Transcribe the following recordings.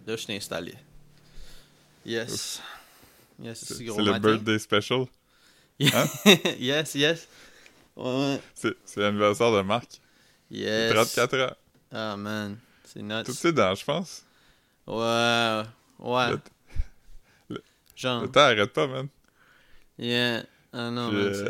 là, je t'ai installé. Yes. Yes, c'est gros C'est le matin. birthday special. Hein? Yes. Ouais. C'est l'anniversaire de Marc. Il a Yes. 34 ans. Ah, man. C'est Toutes nuts. ses dents, je pense. Ouais. Le, le- Genre. le temps arrête pas, man. Yeah. Ah non, Puis, man.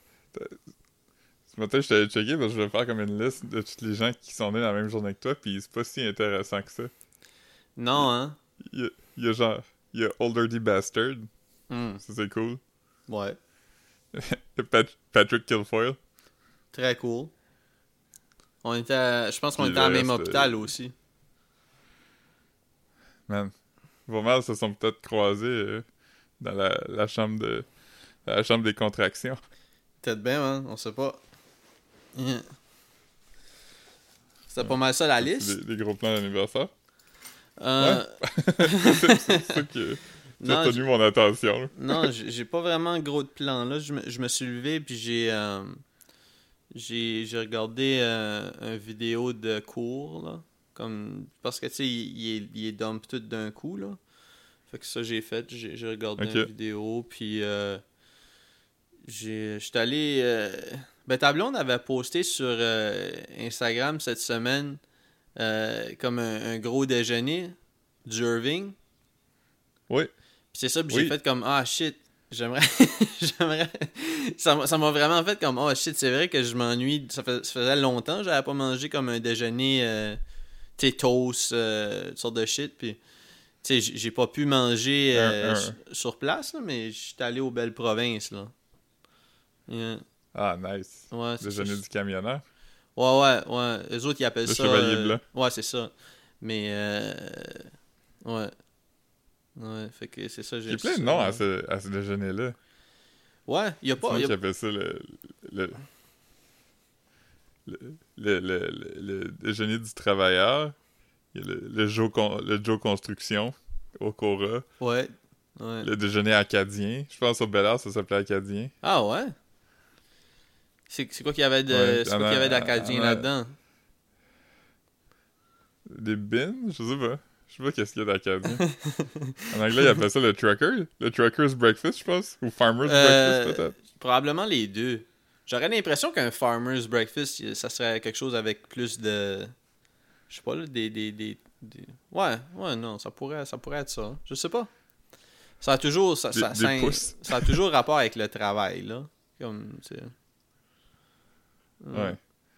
ce matin, je t'avais checké parce que je vais faire comme une liste de tous les gens qui sont nés la même journée que toi, puis c'est pas si intéressant que ça. Non, hein? Il y a genre... Il y a Older D Bastard. Hmm. Ça, c'est cool. Ouais. Il y a Patrick Kilfoyle. Très cool. Je pense qu'on Puis était à le la même reste, hôpital aussi. Man. Vos mères se sont peut-être croisés dans la chambre la chambre des contractions. Peut-être bien, man. On sait pas. Yeah. C'était pas mal ça la liste. Des gros plans d'anniversaire. Euh, C'est ça qui a tenu mon attention. Là. Non, j'ai pas vraiment gros de plans là. Je me suis levé puis j'ai regardé une vidéo de cours là, comme parce que tu sais il est dump tout d'un coup là. Fait que ça j'ai fait, j'ai regardé une vidéo puis j'étais allé ben ta blonde avait posté sur Instagram cette semaine comme un gros déjeuner du Irving. Oui. Puis c'est ça, puis j'ai fait comme ah shit, j'aimerais ça m'a vraiment fait comme oh shit, c'est vrai que je m'ennuie, ça faisait longtemps que j'avais pas mangé comme un déjeuner toast toutes sortes de shit, puis tu sais j'ai pas pu manger sur place là, mais j'étais allé aux belles provinces là. Yeah. Ah nice. Ouais, déjeuner du camionneur. Ouais, eux autres ils appellent le ça chevalier blanc. Ouais, c'est ça. Mais ouais, fait que c'est ça. Il y a plein de noms à ce déjeuner-là. Ouais, il y a pas. Il y appelle ça le déjeuner du travailleur. Il y a le Joe Construction au Cora. Ouais. Le déjeuner acadien. Je pense au Bel Air, ça s'appelait acadien. Ah ouais? C'est quoi qu'il y avait d'acadien là-dedans? Des bins? Je sais pas. Je sais pas qu'est-ce qu'il y a d'acadien. En anglais, ils appellent ça le trucker. Le trucker's breakfast, je pense. Ou farmer's breakfast, peut-être. Probablement les deux. J'aurais l'impression qu'un farmer's breakfast, ça serait quelque chose avec plus de... Je sais pas, là, des... Ouais, non, ça pourrait être ça. Je sais pas. Ça a toujours... Ça a toujours rapport avec le travail, là. Comme, tu sais... Ouais.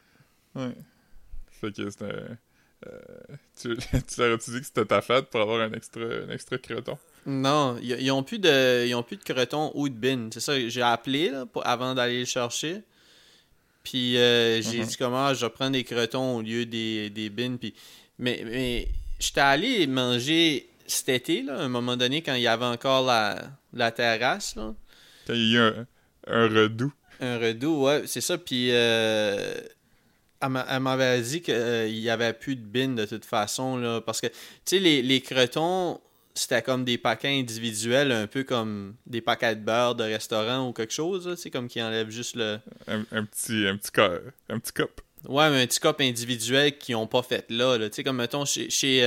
Fait que c'est un... tu l'aurais-tu dit que c'était ta fête pour avoir un extra croton? Non, ils ont plus de croton ou de bin. C'est ça, j'ai appelé là, avant d'aller le chercher. Puis j'ai dit comment je vais prendre des crotons au lieu des bins. Puis, mais j'étais allé manger cet été, là, à un moment donné, quand il y avait encore la terrasse. Là. Quand il y a eu un redout. Un redout, ouais, c'est ça. Puis elle m'avait dit qu'il n'y avait plus de bins de toute façon. Là, parce que, tu sais, les crotons, c'était comme des paquets individuels, un peu comme des paquets de beurre de restaurant ou quelque chose. Tu sais, comme qui enlève juste le... Un petit cup. Ouais, mais un petit cup individuel qu'ils n'ont pas fait là. Tu sais, comme, mettons, chez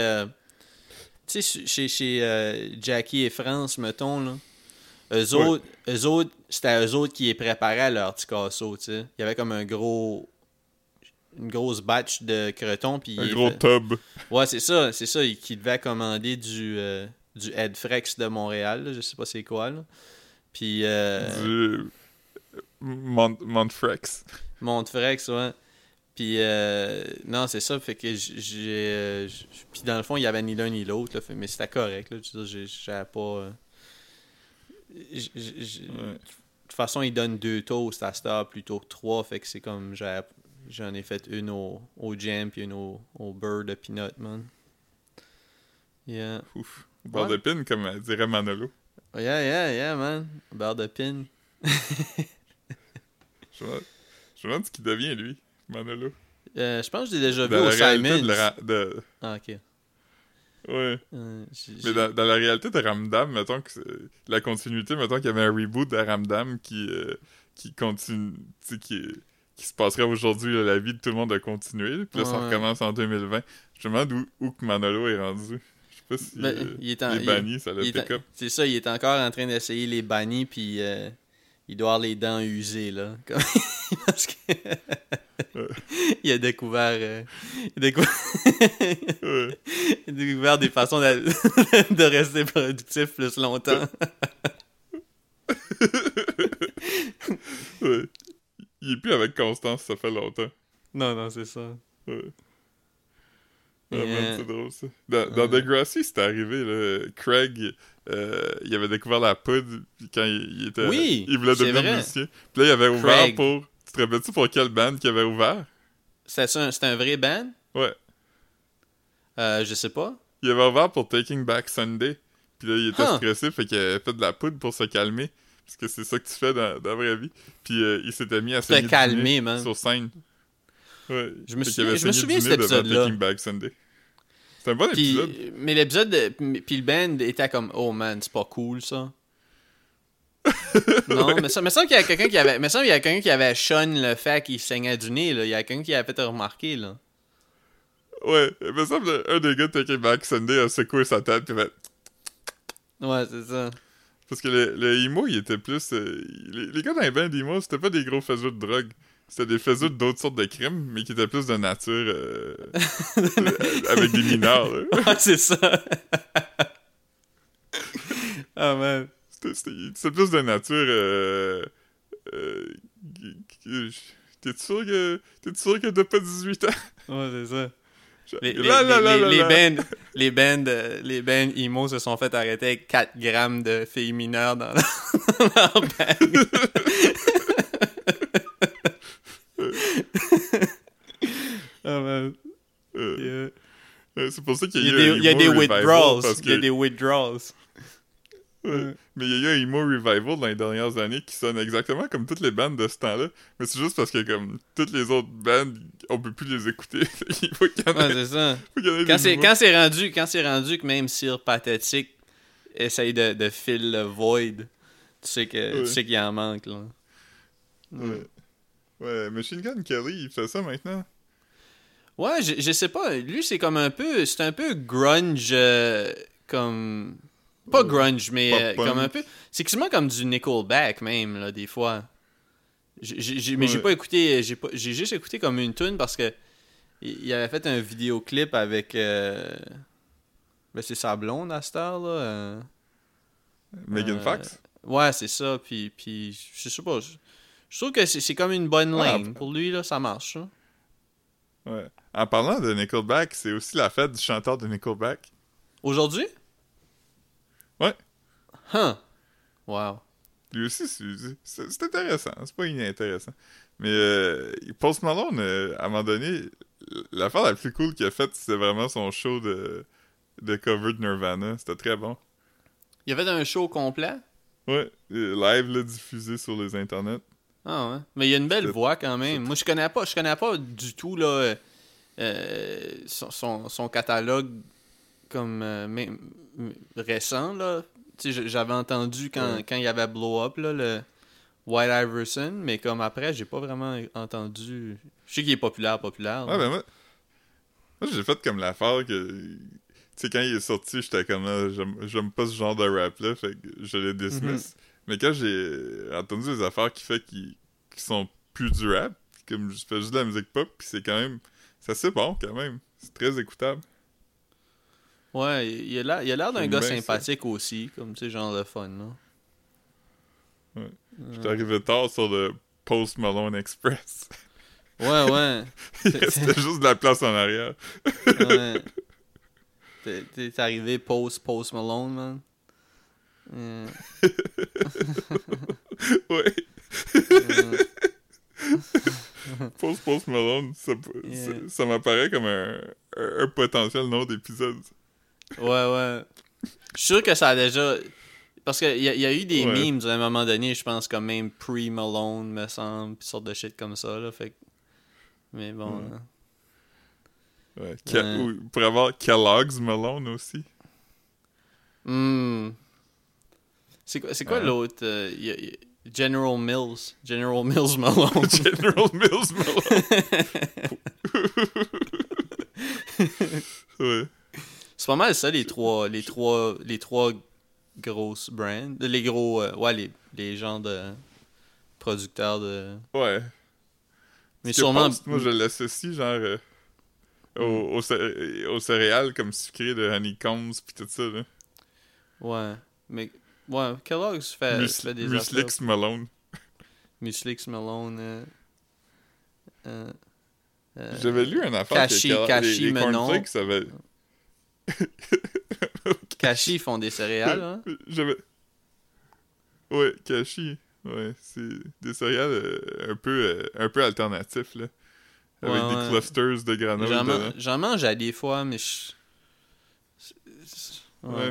Jackie et France, mettons, là. Eux autres, c'était eux autres qui les préparaient leur petit casseau, tu sais. Il y avait comme une grosse batch de crotons. Puis un gros tub. Ouais, c'est ça, qui devait commander du Headfrex de Montréal, là. Je sais pas c'est quoi, là. Puis... Du... Montfrex. Montfrex, ouais. Puis, non, c'est ça, fait que puis dans le fond, il y avait ni l'un ni l'autre, là, mais c'était correct, là. Je veux dire, j'avais pas... De toute façon, ils donnent 2 toasts à cette heure plutôt que 3, fait que c'est comme... J'en ai fait une au jam puis une au beurre de peanut, man. Yeah. Ouf. Beurre de pin, comme dirait Manolo. Yeah, man. Beurre de pin. Je me demande ce qu'il devient, lui, Manolo. Je pense que j'ai déjà vu au Simons. Ah, ok. Ouais. Mais dans la réalité de Ramdam, mettons que la continuité, mettons qu'il y avait un reboot de Ramdam qui continue, qui se passerait aujourd'hui, là, la vie de tout le monde a continué, puis là ça recommence en 2020. Je me demande où que Manolo est rendu. Je pas si les bannis, ça l'a pick-up. C'est ça, il est encore en train d'essayer les bannis, puis il doit avoir les dents usées, là. Parce que... il a découvert... il a découvert des façons de rester productif plus longtemps. Ouais. Il est plus avec Constance, ça fait longtemps. Non, c'est ça. Ouais. Man, c'est drôle, ça. Dans Degrassi, c'était arrivé, là. Craig, il avait découvert la poudre quand il était... Oui, il voulait devenir musicien. Puis là, il avait ouvert pour... Tu te rappelles-tu pour quelle band qu'il avait ouvert? C'était un vrai band? Ouais. Je sais pas. Il avait ouvert pour Taking Back Sunday. Puis là, il était stressé, fait qu'il avait fait de la poudre pour se calmer. Parce que c'est ça que tu fais dans la vraie vie. Puis il s'était mis à saigner du nez sur scène. Ouais. Je me souviens de cet épisode-là. Taking Back Sunday. C'est un bon épisode. Mais l'épisode, puis le band était comme, oh man, c'est pas cool ça. Non, mais ça me semble qu'il y a quelqu'un qui avait shun le fait qu'il saignait du nez, là. Il y a quelqu'un qui avait fait remarquer, là. Ouais, il me semble un des gars de Taking Back Sunday a secoué sa tête pis fait... Ouais, c'est ça. Parce que le emo, il était plus... les gars dans les bands emo, c'était pas des gros faiseux de drogue. C'était des faiseux d'autres sortes de crimes, mais qui étaient plus de nature... avec des mineurs, là. Ouais, c'est ça. Ah, man. C'était plus de nature... T'es sûr que t'as pas 18 ans? Ouais, c'est ça. Les bands emo se sont fait arrêter avec 4 grammes de filles mineures dans leur bag. Oh man. C'est pour ça qu'il il y a des withdrawals. Il y a des withdrawals. Mais il y a eu un emo revival dans les dernières années qui sonne exactement comme toutes les bandes de ce temps-là. Mais c'est juste parce que comme toutes les autres bandes, on peut plus les écouter. Il faut qu'il y en ait. Ouais, c'est ça. Quand c'est rendu que même Sir Pathétique essaye de fill le void, tu sais qu'il y en manque, là. Ouais, Machine Gun Kelly, il fait ça maintenant. Ouais, je sais pas. Lui, c'est comme un peu... C'est un peu grunge, comme... Pas grunge, mais comme un peu... C'est quasiment comme du Nickelback, même, là, des fois. Mais j'ai pas écouté... J'ai juste écouté comme une tune parce que il avait fait un vidéoclip avec... Ben, c'est sa blonde, à cette heure, là. Megan Fox? Ouais, c'est ça. Puis je sais pas... Je trouve que c'est comme une bonne lane. Pour lui, là, ça marche, là. Ouais. En parlant de Nickelback, c'est aussi la fête du chanteur de Nickelback. Aujourd'hui? Ouais. Wow. Lui aussi, c'est intéressant. C'est pas inintéressant. Mais Post Malone, à un moment donné, l'affaire la plus cool qu'il a faite, c'était vraiment son show de cover de Nirvana. C'était très bon. Il a fait un show complet? Ouais. Live, là, diffusé sur les internets. Ah ouais. Mais il a une belle voix quand même. Moi, je connais pas du tout là, son catalogue comme même récent, là. Tu sais, j'avais entendu quand il y avait Blow Up, là, le White Iverson, mais comme après, j'ai pas vraiment entendu. Je sais qu'il est populaire. Là. Ouais, ben moi j'ai fait comme l'affaire que... Tu sais, quand il est sorti, j'étais comme j'aime pas ce genre de rap-là, fait que je l'ai dismiss. Mais quand j'ai entendu des affaires qui sont plus du rap, comme je fais juste de la musique pop, pis c'est quand même... C'est assez bon, quand même. C'est très écoutable. Ouais, il a l'air d'un gars sympathique ça. Aussi, comme, tu sais, genre de fun, là. Ouais. J'étais arrivé tard sur le Post Malone Express. Ouais. C'était juste de la place en arrière. Ouais. T'es arrivé Post Malone, man. Ouais. Post Malone, ça m'apparaît comme un potentiel nom d'épisode. Ouais. Je suis sûr que ça a déjà... Parce qu'il y a eu des memes à un moment donné, je pense, comme même pre-Malone, me semble, pis sorte de shit comme ça, là, fait que... Mais bon... Ouais. Pour avoir Kellogg's Malone aussi. C'est quoi l'autre? General Mills Malone. General Mills Malone. Ouais. C'est pas mal ça, les trois grosses brands. Les gros, les genres de producteurs de... Ouais. Mais ce sûrement... Post, moi, je l'associe, genre, aux céréales comme sucrées de Honeycombs pis tout ça, là. Ouais. Mais, ouais, Kellogg's fait des Muslix Malone. Muslix Malone. J'avais lu un affaire Kashi les cornflakes, ça avait... Kashi, ils font des céréales, hein? Ouais, Kashi. Ouais, c'est des céréales un peu alternatifs, là. Avec des clusters de granola. J'en mange à des fois, mais ouais.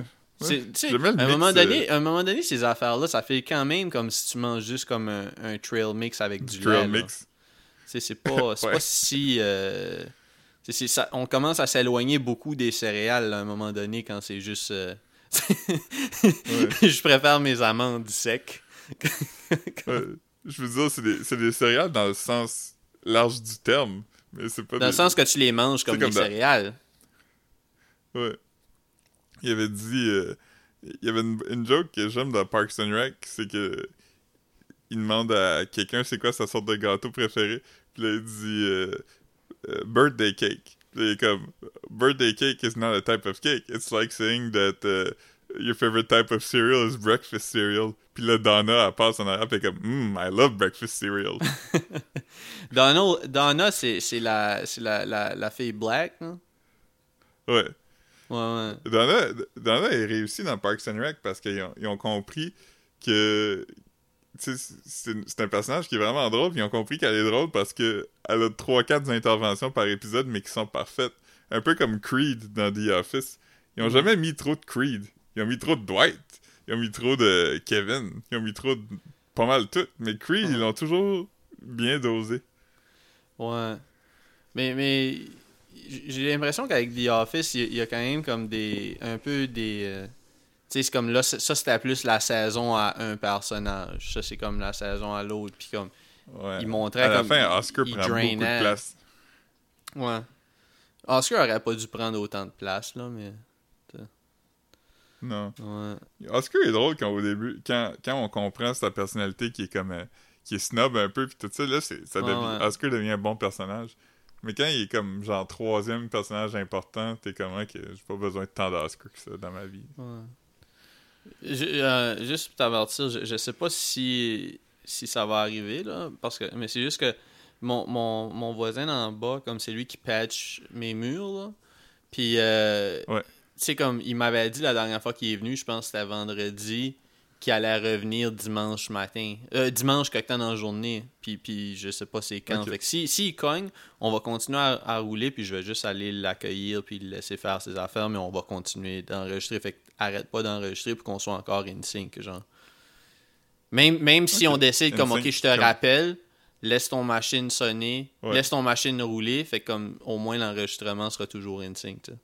À un moment donné, ces affaires-là, ça fait quand même comme si tu manges juste comme un trail mix avec du lait. Trail mix. C'est pas si... on commence à s'éloigner beaucoup des céréales là, à un moment donné quand c'est juste... Je préfère mes amandes secs. Je veux dire, c'est des céréales dans le sens large du terme. Mais c'est pas dans le sens que tu les manges comme des céréales. Ouais. Il avait dit... il y avait une joke que j'aime dans Parks and Rec, c'est que il demande à quelqu'un c'est quoi sa sorte de gâteau préféré. Puis là, il dit birthday cake. Puis là, il est comme birthday cake is not a type of cake. It's like saying that your favorite type of cereal is breakfast cereal. Puis là, Donna, elle passe en arrière, puis elle est comme I love breakfast cereal. Donna, c'est la fille black, non? Ouais. Ouais. Donna est réussi dans Parks and Rec parce qu'ils ont compris que c'est un personnage qui est vraiment drôle, puis ils ont compris qu'elle est drôle parce que elle a 3-4 interventions par épisode, mais qui sont parfaites. Un peu comme Creed dans The Office. Ils ont jamais mis trop de Creed. Ils ont mis trop de Dwight. Ils ont mis trop de Kevin. Ils ont mis trop de... pas mal tout. Mais Creed, ils l'ont toujours bien dosé. Ouais. Mais j'ai l'impression qu'avec The Office, il y a quand même comme un peu des... tu sais, c'est comme là, ça c'était plus la saison à un personnage. Ça, c'est comme la saison à l'autre. Puis comme, il montrait à comme... la fin, Oscar prend beaucoup de place. Ouais. Oscar aurait pas dû prendre autant de place, là, mais... Non. Ouais. Oscar est drôle quand au début, quand on comprend sa personnalité qui est comme... qui est snob un peu, puis tout ça, là, Oscar devient un bon personnage. Mais quand il est comme, genre, 3e personnage important, t'es comme, ok, j'ai pas besoin de tant d'Oscar que ça dans ma vie. Ouais. Juste pour t'avertir, je sais pas si ça va arriver, là, mais c'est juste que mon voisin en bas, comme c'est lui qui patch mes murs, là, puis, tu sais, comme il m'avait dit la dernière fois qu'il est venu, je pense que c'était vendredi, qu'il allait revenir dimanche matin. Dimanche, quelque temps dans la journée. Puis je sais pas c'est quand. Okay. Fait que s'il cogne, on va continuer à rouler, puis je vais juste aller l'accueillir, puis le laisser faire ses affaires, mais on va continuer d'enregistrer. Fait que arrête pas d'enregistrer pour qu'on soit encore in sync, genre. Même si on décide comme, ok, je te rappelle, laisse ton machine sonner, laisse ton machine rouler, fait que comme au moins l'enregistrement sera toujours in sync, tu sais.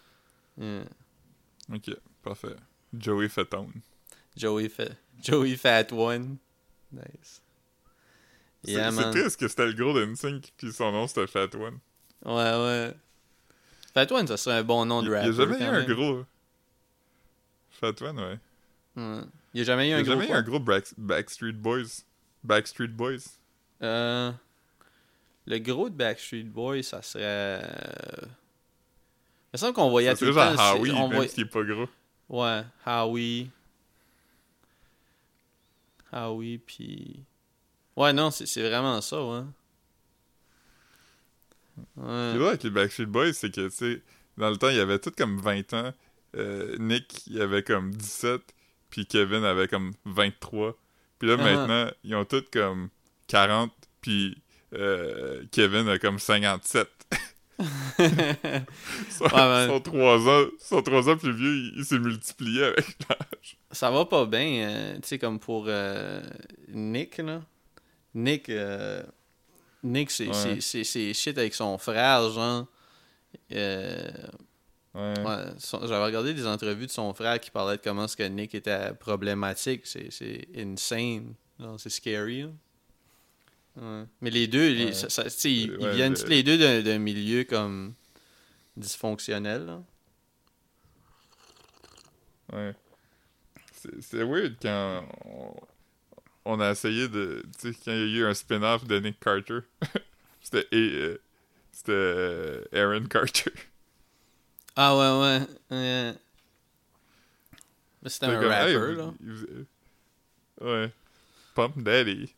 Ok, parfait. Joey Fatone. Joey Fat One. Nice. Yeah, c'est triste que c'était le gros de NSYNC puis son nom c'était Fat One. Ouais. Fat One, ça serait un bon nom de rapper. Il n'y a jamais eu un gros. Fat One, ouais. Il n'y a jamais eu un gros. Il n'y a jamais eu un gros Backstreet Boys. Backstreet Boys. Le gros de Backstreet Boys, ça serait. Il me semble qu'on voyait tout le temps. C'est genre Howie, même s'il est pas gros. Ouais, Howie, puis... Ouais, non, c'est vraiment ça, ouais. Ce qui est drôle avec les Backstreet Boys, c'est que, tu sais, dans le temps, il y avait tous comme 20 ans. Nick, il avait comme 17, puis Kevin avait comme 23. Puis là, maintenant, ils ont tous comme 40, puis Kevin a comme 57. Son 3 ans plus vieux, il s'est multiplié avec l'âge. Ça va pas bien, tu sais, comme pour Nick, là. Nick, c'est shit avec son frère, genre. J'avais regardé des entrevues de son frère qui parlait de comment est-ce que Nick était problématique. C'est insane. C'est scary, là. Ouais. Mais les deux, ils viennent tous les deux d'un milieu comme dysfonctionnel, là. Ouais. C'est weird quand on a essayé de... Tu sais, quand il y a eu un spin-off de Nick Carter. C'était Aaron Carter. Ah ouais. Mais c'était un comme, rapper, hey, là. Ouais. Pump Daddy.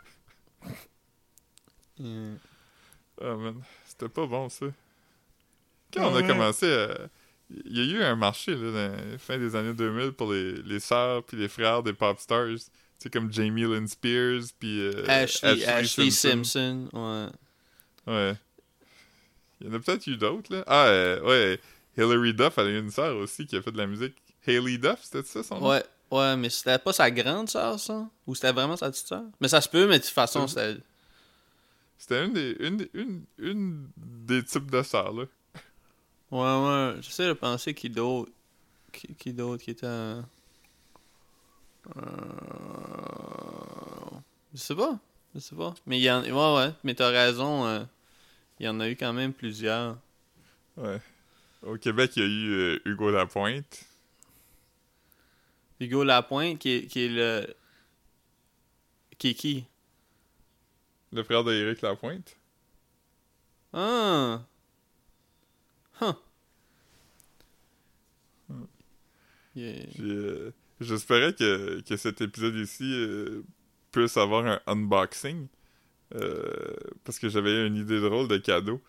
Oh man, c'était pas bon ça. Quand on a commencé à... Il y a eu un marché là, dans la fin des années 2000 pour les sœurs puis les frères des pop stars. Tu sais, comme Jamie Lynn Spears puis Ashley Simpson. Ouais. Ouais. Il y en a peut-être eu d'autres, là. Ah, ouais. Hilary Duff, elle a eu une sœur aussi qui a fait de la musique. Hailey Duff, c'était ça son nom? Ouais, mais c'était pas sa grande sœur, ça? Ou c'était vraiment sa petite sœur? Mais ça se peut, mais de toute façon, c'était... C'était une des types de sœurs, là. Ouais. J'essaie de penser qui d'autre... Qui d'autre qui était... Je sais pas. Mais il y en... Ouais. Mais t'as raison. Il y en a eu quand même plusieurs. Ouais. Au Québec, il y a eu Hugo Lapointe. Hugo Lapointe, qui est le... Qui est qui? Le frère d'Éric Lapointe. Ah! Huh. Yeah. J'espérais que cet épisode ici puisse avoir un unboxing. Parce que j'avais eu une idée drôle de cadeau.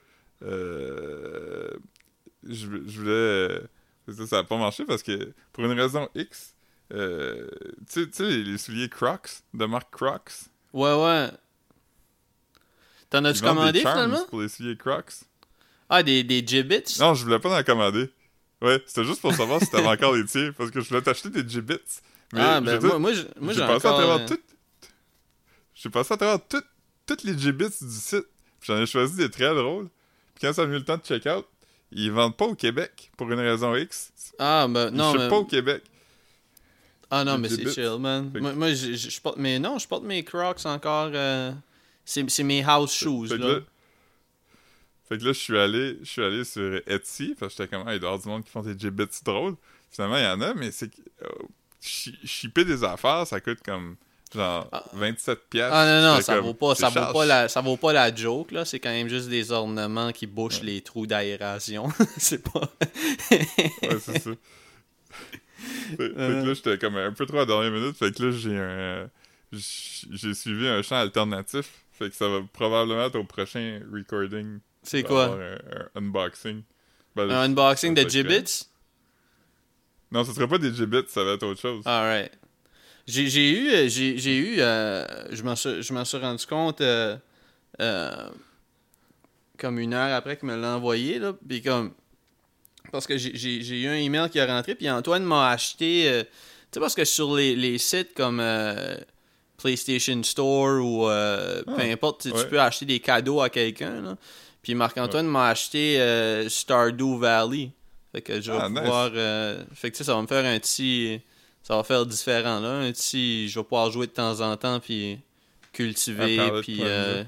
Je voulais... ça n'a pas marché parce que, pour une raison X, tu sais les souliers Crocs, de marque Crocs. Ouais. T'en as-tu commandé, finalement? Pour les souliers Crocs. Ah, des Jibbits? Non, je voulais pas en commander. Ouais, c'était juste pour savoir si t'avais encore les tiens, parce que je voulais t'acheter des Jibbits. Mais moi j'ai passé encore... à travers j'ai passé à travers toutes les Jibbits du site. Puis j'en ai choisi des très drôles. Puis quand ça a venu le temps de check-out, ils vendent pas au Québec, pour une raison X. Ah, ben non, mais... pas au Québec. Ah non, mais c'est chill, man. Moi je porte... Mais non, je porte mes Crocs encore... C'est mes house shoes, là. Fait que là, je suis allé sur Etsy, parce que j'étais comme, il doit y avoir du monde qui font des Jibbits drôles. Finalement, il y en a, mais c'est que shipper des affaires, ça coûte comme genre 27 piastres. Ah non, ça vaut pas la joke, là. C'est quand même juste des ornements qui bouchent les trous d'aération. C'est pas... Ouais, c'est ça. Fait que là, j'étais comme un peu trop à la dernière minute. Fait que là, j'ai suivi un champ alternatif. Fait que ça va probablement être au prochain recording. C'est quoi? Un unboxing. Un unboxing de Jibbits? Non, ce serait pas des Jibbits, ça va être autre chose. Alright. J'ai eu je m'en suis rendu compte comme une heure après qu'il me l'a envoyé, là, puis comme, parce que j'ai eu un email qui est rentré, puis Antoine m'a acheté, tu sais, parce que sur les sites comme PlayStation Store ou peu importe, tu peux acheter des cadeaux à quelqu'un, là. Puis Marc-Antoine m'a acheté Stardew Valley. Fait que je vais pouvoir... fait que tu sais, ça va me faire un petit... Ça va faire différent, là. Un petit... Je vais pouvoir jouer de temps en temps, puis cultiver, puis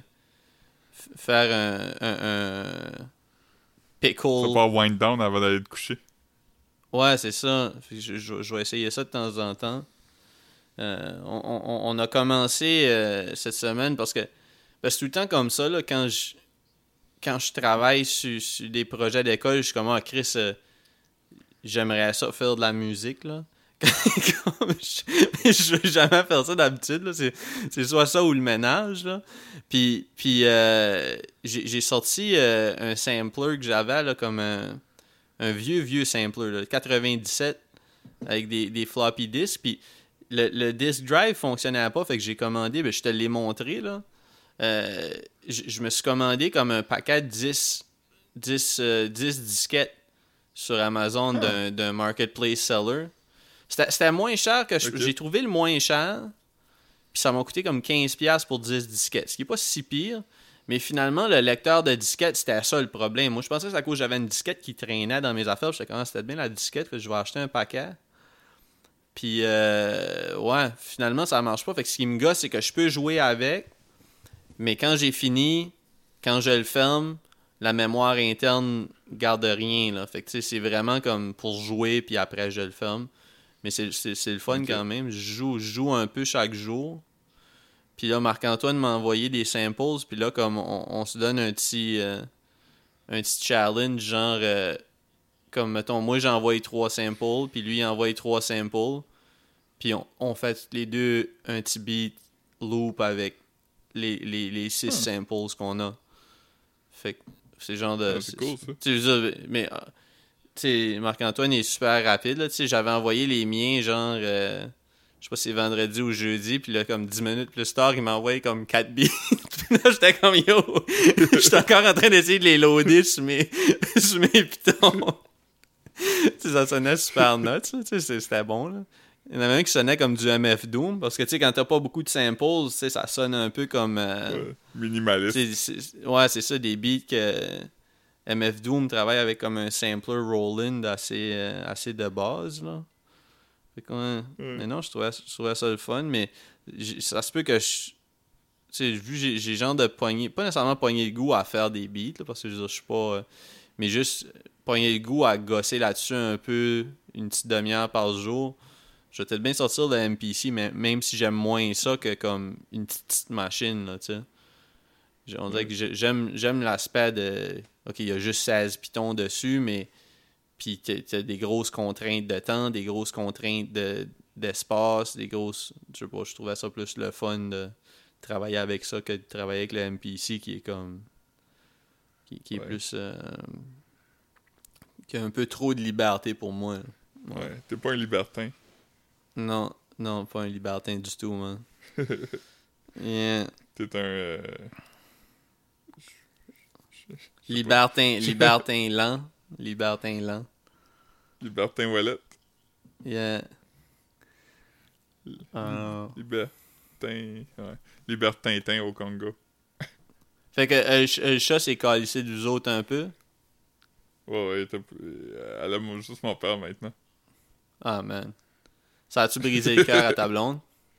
faire un pickle. Ça va pas wind down avant d'aller te coucher. Ouais, c'est ça. Fait que je vais essayer ça de temps en temps. On a commencé cette semaine parce que c'est tout le temps comme ça, là, quand je travaille sur des projets d'école, je suis comme, Chris, j'aimerais ça faire de la musique, là. Je veux jamais faire ça d'habitude, là. C'est soit ça ou le ménage, là. Puis j'ai sorti un sampler que j'avais, là, comme un vieux sampler, là, 97, avec des floppy disks. Puis le disk drive fonctionnait pas, fait que j'ai commandé, je te l'ai montré, là. Je me suis commandé comme un paquet de 10 disquettes sur Amazon d'un marketplace seller. C'était moins cher que j'ai trouvé le moins cher, puis ça m'a coûté comme 15$ pour 10 disquettes, ce qui est pas si pire, mais finalement le lecteur de disquettes, c'était ça le problème. Moi je pensais que c'est à cause que j'avais une disquette qui traînait dans mes affaires, j'étais comme, c'était bien la disquette, que je vais acheter un paquet. Puis finalement ça marche pas, fait que ce qui me gosse, c'est que je peux jouer avec, mais quand j'ai fini, quand je le ferme, la mémoire interne garde rien, là. Fait que tu sais, c'est vraiment comme pour jouer, puis après je le ferme. Mais c'est le fun Ok. quand même. Je joue un peu chaque jour. Puis là, Marc-Antoine m'a envoyé des samples. Puis là, comme on se donne un petit challenge, genre, comme mettons, moi j'envoie 3 samples, puis lui il envoie 3 samples. Puis on fait les deux un petit beat loop avec les 6 samples qu'on a. Fait que c'est genre de. Ah, c'est cool, ça. Tu sais, mais tu sais, Marc-Antoine est super rapide, là. Tu sais, j'avais envoyé les miens, genre, je sais pas si c'est vendredi ou jeudi, puis là, comme 10 minutes plus tard, il m'a envoyé comme 4 beats. Puis là, j'étais comme, yo, j'étais encore en train d'essayer de les loader sur mes pitons. Tu sais, ça sonnait super nuts, là. Tu sais, c'était bon, là. Il y en avait un qui sonnait comme du MF Doom, parce que, tu sais, quand t'as pas beaucoup de samples, tu sais, ça sonne un peu comme... Ouais. Minimaliste. Ouais, c'est ça, des beats que MF Doom travaille avec comme un sampler Roland assez de base, là. Fait que, ouais. Mais non, je trouvais ça le fun, mais ça se peut que tu sais, vu que j'ai genre de pogner, pas nécessairement pogner le goût à faire des beats, là, parce que je suis pas... mais juste pogner le goût à gosser là-dessus un peu, une petite demi-heure par jour. Je vais peut-être bien sortir de MPC, mais même si j'aime moins ça que comme une petite machine, là, tu sais. On dirait que j'aime l'aspect de... OK, il y a juste 16 pitons dessus, mais... Puis t'as des grosses contraintes de temps, des grosses contraintes d'espace, des grosses... Je sais pas, je trouvais ça plus le fun de travailler avec ça que de travailler avec le MPC qui est comme... Qui est plus... qui a un peu trop de liberté pour moi. Ouais, t'es pas un libertin. Non, pas un libertin du tout, man. Yeah. T'es un... Libertin lent. Libertin lent. Libertin Wallet. Yeah. Libertin... Ouais. Libertintin au Congo. Fait que le chat s'est calissé de vous autres un peu. Ouais, elle a juste mon père maintenant. Ah, man. Ça a-tu brisé le cœur à ta blonde?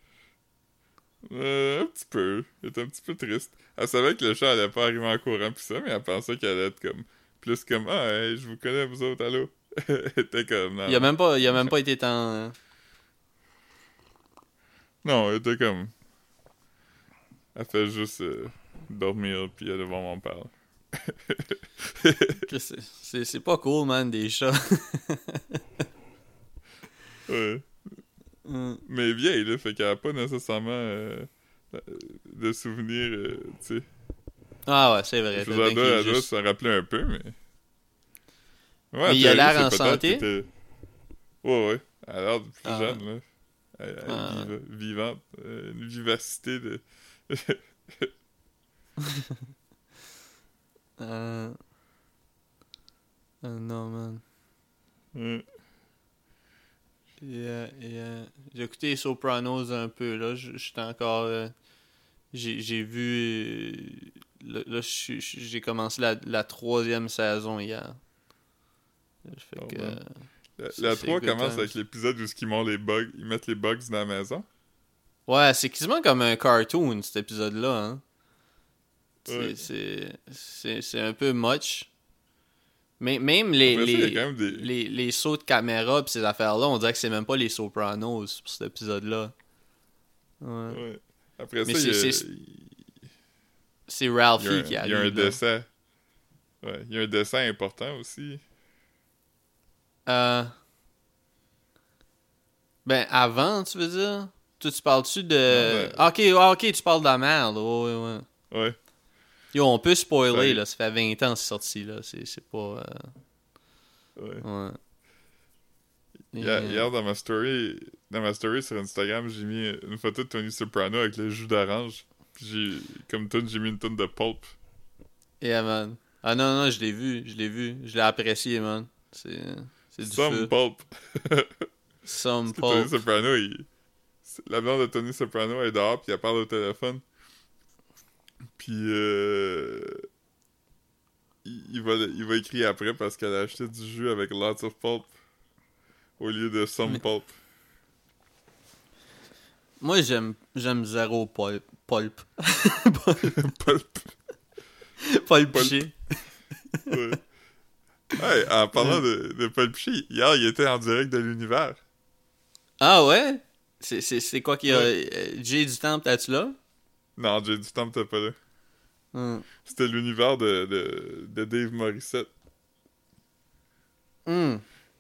Un petit peu. Elle était un petit peu triste. Elle savait que le chat allait pas arriver en courant pis ça, mais elle pensait qu'elle allait être comme... Plus comme, ah, hey, je vous connais, vous autres, allô? Elle était comme, non. Il a même pas été tant... Non, elle était comme... Elle fait juste dormir puis aller voir mon père. C'est pas cool, man, des chats. Ouais. Mais vieille, là, fait qu'elle a pas nécessairement de souvenirs, tu sais. Ah ouais, c'est vrai. Je elle doit s'en rappeler un peu, mais... Ouais, mais il a l'air en c'est santé? Ouais. Elle a l'air de plus Ah. jeune, là. Elle est vivante. Une vivacité de... Non, man. Ouais. Yeah. J'ai écouté les Sopranos un peu, là. J'étais encore... j'ai vu... Là, j'ai commencé la 3e saison hier. Fait que... man. La 3 commence avec l'épisode où ils mettent les bugs dans la maison. Ouais, c'est quasiment comme un cartoon, cet épisode-là, hein. Ouais. C'est un peu much. Mais même les sauts de caméra pis ces affaires-là, on dirait que c'est même pas les Sopranos pour cet épisode-là. Ouais. Après mais ça, c'est Ralphie qui arrive. Il y a un décès. Ouais, il y a un décès important aussi. Ben, avant, tu veux dire? Toi, tu parles-tu de... Non, Ok, tu parles de la merde. Ouais. Ouais. Yo, on peut spoiler, là. Ça fait 20 ans que c'est sorti, là. C'est pas... Ouais. Hier, dans ma story sur Instagram, j'ai mis une photo de Tony Soprano avec le jus d'orange. Puis j'ai mis une tonne de pulp. Yeah, man. Ah non, je l'ai vu. Je l'ai apprécié, man. C'est du feu. Pulp. Some pulp. Tony Soprano, la blonde de Tony Soprano est dehors, puis elle parle au téléphone. Puis il va écrire après parce qu'elle a acheté du jus avec lots of pulp au lieu de some pulp. Moi, j'aime zéro pulp. Pulp. Pulpiché. Ouais. Hey, en parlant de Pulp Fiction, hier, il était en direct de l'univers. Ah ouais? C'est quoi qui a... Jay du Temple, t'as-tu là? Non, Jay du Temple, t'as pas là. Hmm. C'était l'univers de Dave Morissette. Hmm.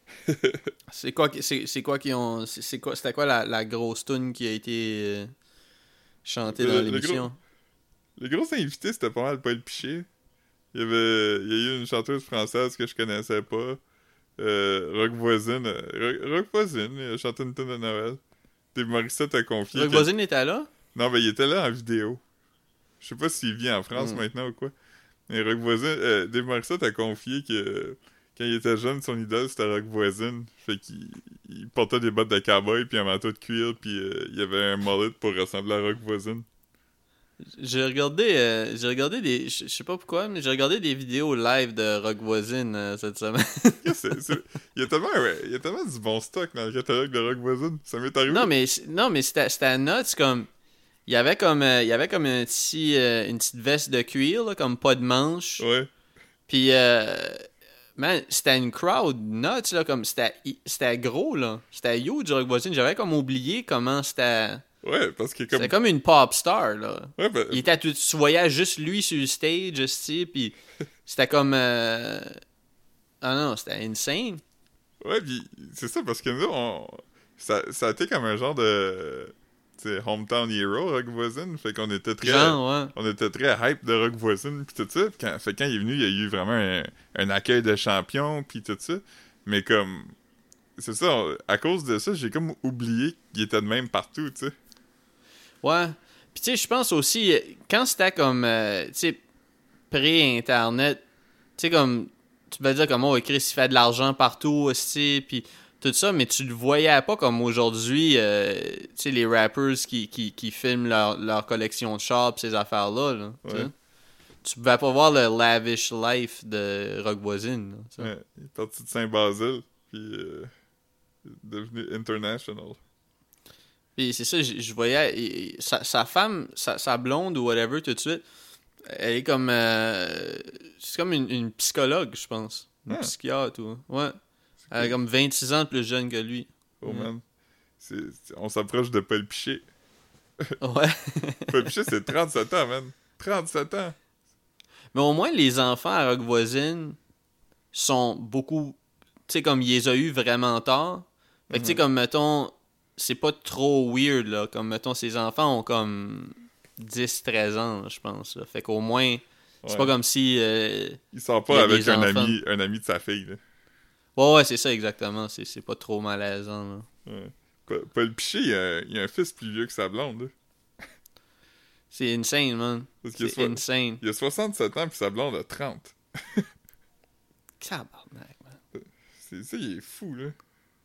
C'est quoi qui ont... C'était quoi la grosse tune qui a été chantée dans l'émission? Les gros invités, c'était pas mal Paul Piché. Il y a eu une chanteuse française que je connaissais pas. Rock Voisine. Rock Voisine, il a chanté une tune de Noël. Dave Morissette a confié. Rock Voisine était là? Non, ben il était là en vidéo. Je sais pas s'il vit en France maintenant ou quoi. Mais Rock Voisine, Dave Morissette a confié que quand il était jeune, son idole c'était Rock Voisine. Fait qu'il portait des bottes de cowboy puis un manteau de cuir puis il y avait un mullet pour ressembler à Rock Voisine. J'ai regardé des... Je sais pas pourquoi, mais j'ai regardé des vidéos live de Rock Voisine cette semaine. Il y a tellement du bon stock dans le catalogue de Rock Voisine. Ça m'est arrivé. Non, mais c'était à note, comme... Il y avait comme une petite veste de cuir, là, comme pas de manche. Ouais. Puis, man, c'était une crowd nuts, là, comme c'était gros, là. C'était huge, Rock Voisine. J'avais comme oublié comment c'était... Ouais, parce que comme... C'était comme une pop star, là. Ouais, ben... Il était tu voyais juste lui sur le stage, aussi, puis c'était comme... Ah non, c'était insane. Ouais, pis c'est ça, parce que nous, ça a été comme un genre de... T'sais, hometown hero, Rock Voisine. Fait qu'on était très... Genre, ouais. On était très hype de Rock Voisine, pis tout ça. Pis quand il est venu, il y a eu vraiment un accueil de champion, pis tout ça. Mais comme... C'est ça, à cause de ça, j'ai comme oublié qu'il était de même partout, tu sais. Ouais. Puis tu sais, je pense aussi, quand c'était comme, tu sais, pré-internet, tu sais, comme, tu vas dire comme, oh, Chris, il fait de l'argent partout aussi, puis tout ça, mais tu le voyais pas comme aujourd'hui, tu sais, les rappers qui filment leur collection de chars pis ces affaires-là, là, Ouais. Tu pouvais pas voir le lavish life de Rock Voisine, là, Ouais, il est parti de Saint-Basile, puis devenu international. Puis c'est ça, je voyais sa femme, sa blonde ou whatever tout de suite, elle est comme c'est comme une psychologue, je pense. Une psychiatre ou ouais. Elle est comme 26 ans de plus jeune que lui. Oh man. On s'approche de Paul Piché. Ouais. Paul Piché, c'est 37 ans, man. 37 ans. Mais au moins les enfants à Rock Voisine sont beaucoup, tu sais, comme il les a eu vraiment tard. Fait que tu sais, comme mettons, c'est pas trop weird, là. Comme, mettons, ses enfants ont comme 10-13 ans, là, je pense. Là. Fait qu'au moins, c'est pas comme si... il sort pas avec un ami de sa fille, là. Ouais, c'est ça, exactement. C'est pas trop malaisant, là. Ouais. Paul Piché, il a un fils plus vieux que sa blonde, là. C'est insane, man. C'est insane. Il a 67 ans, puis sa blonde a 30. Tabarnak, man. C'est ça, il est fou, là.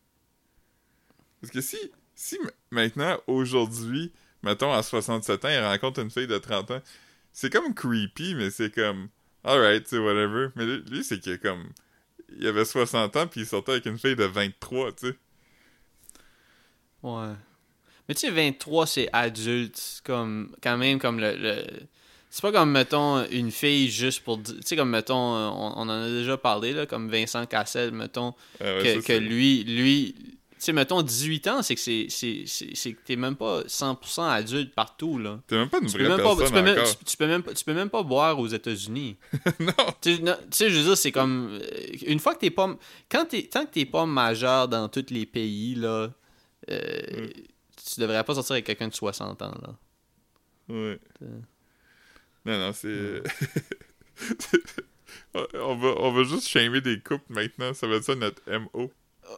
Parce que si maintenant, aujourd'hui, mettons, à 67 ans, il rencontre une fille de 30 ans, c'est comme creepy, mais c'est comme, alright, tu sais, whatever. Mais lui, c'est qu'il comme, il avait 60 ans, puis il sortait avec une fille de 23, tu sais. Ouais. Mais tu sais, 23, c'est adulte. C'est comme, quand même, comme le... C'est pas comme, mettons, une fille juste pour... Tu sais, comme, mettons, on en a déjà parlé, là, comme Vincent Cassel, mettons, que lui... Tu sais, mettons, 18 ans, c'est que t'es même pas 100% adulte partout, là. T'es même pas une vraie personne encore. Tu peux même pas boire aux États-Unis. Non! Tu sais, je veux dire, c'est comme... Une fois que t'es pas... Tant que t'es pas majeur dans tous les pays, là, tu devrais pas sortir avec quelqu'un de 60 ans, là. Ouais. Non, c'est... on va juste shamer des couples maintenant. Ça va être ça, notre MO.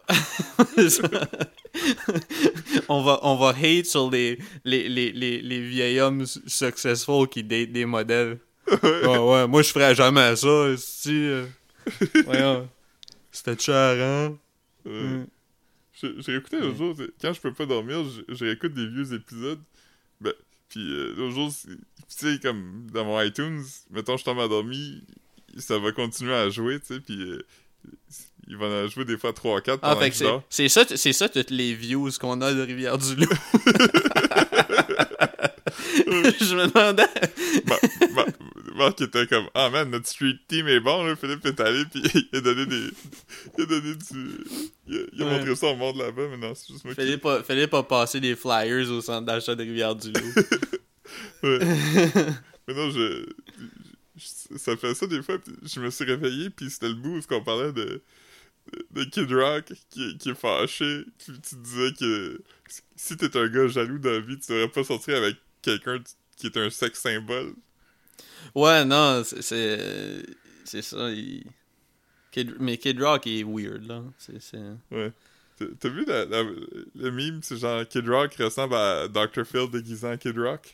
on va hate sur les vieils hommes successful qui datent des modèles. Ouais, moi je ferais jamais ça, voyons. C'était charrant. J'ai écouté l'autre jour, quand je peux pas dormir, je réécoute des vieux épisodes. Ben, puis l'autre jour, tu sais, comme dans mon iTunes, mettons je tombe endormi, ça va continuer à jouer, tu sais, puis il va en jouer des fois 3-4 pendant que je dors. C'est ça toutes les views qu'on a de Rivière-du-Loup. Je me demandais... Marc était comme « Ah man, notre street team est bon, là. » Philippe est allé, puis il a donné du... Il a montré ça au monde là-bas, mais non, c'est juste moi Philippe a passé des flyers au centre d'achat de Rivière-du-Loup. Ouais. Mais non, ça fait ça des fois, pis je me suis réveillé, puis c'était le bout où on parlait de Kid Rock qui est fâché, puis tu disais que si t'es un gars jaloux dans la vie, tu devrais pas sortir avec quelqu'un qui est un sexe symbole. Ouais, non, c'est ça. Mais Kid Rock est weird, là. Ouais. T'as vu le meme, c'est genre Kid Rock ressemble à Dr. Phil déguisant Kid Rock?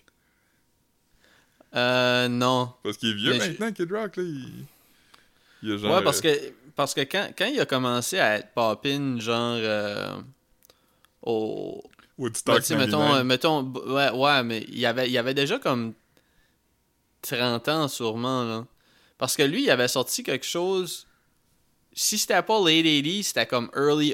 Non. Parce qu'il est vieux maintenant, Kid Rock, là. Il a genre... Ouais, parce que quand il a commencé à être poppin', genre, au... Woodstock 99. Ouais, mais il y avait déjà comme 30 ans, sûrement, là. Parce que lui, il avait sorti quelque chose... Si c'était pas late 80s, c'était comme early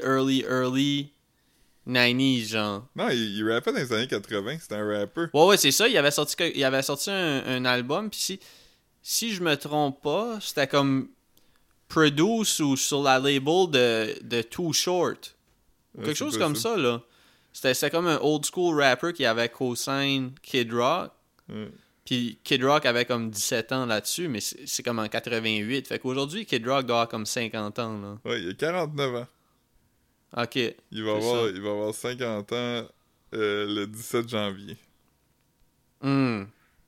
90s, genre. Non, il rappait dans les années 80, c'était un rapper. Ouais, c'est ça, il avait sorti un album, puis si je me trompe pas, c'était comme produce ou sur la label de Too Short. Quelque chose comme ça, là. C'était comme un old school rapper qui avait co-sign Kid Rock. Puis Kid Rock avait comme 17 ans là-dessus, mais c'est comme en 88. Fait qu'aujourd'hui, Kid Rock doit avoir comme 50 ans, là. Ouais, il a 49 ans. Ok. Il va avoir 50 ans le 17 janvier. Ouais.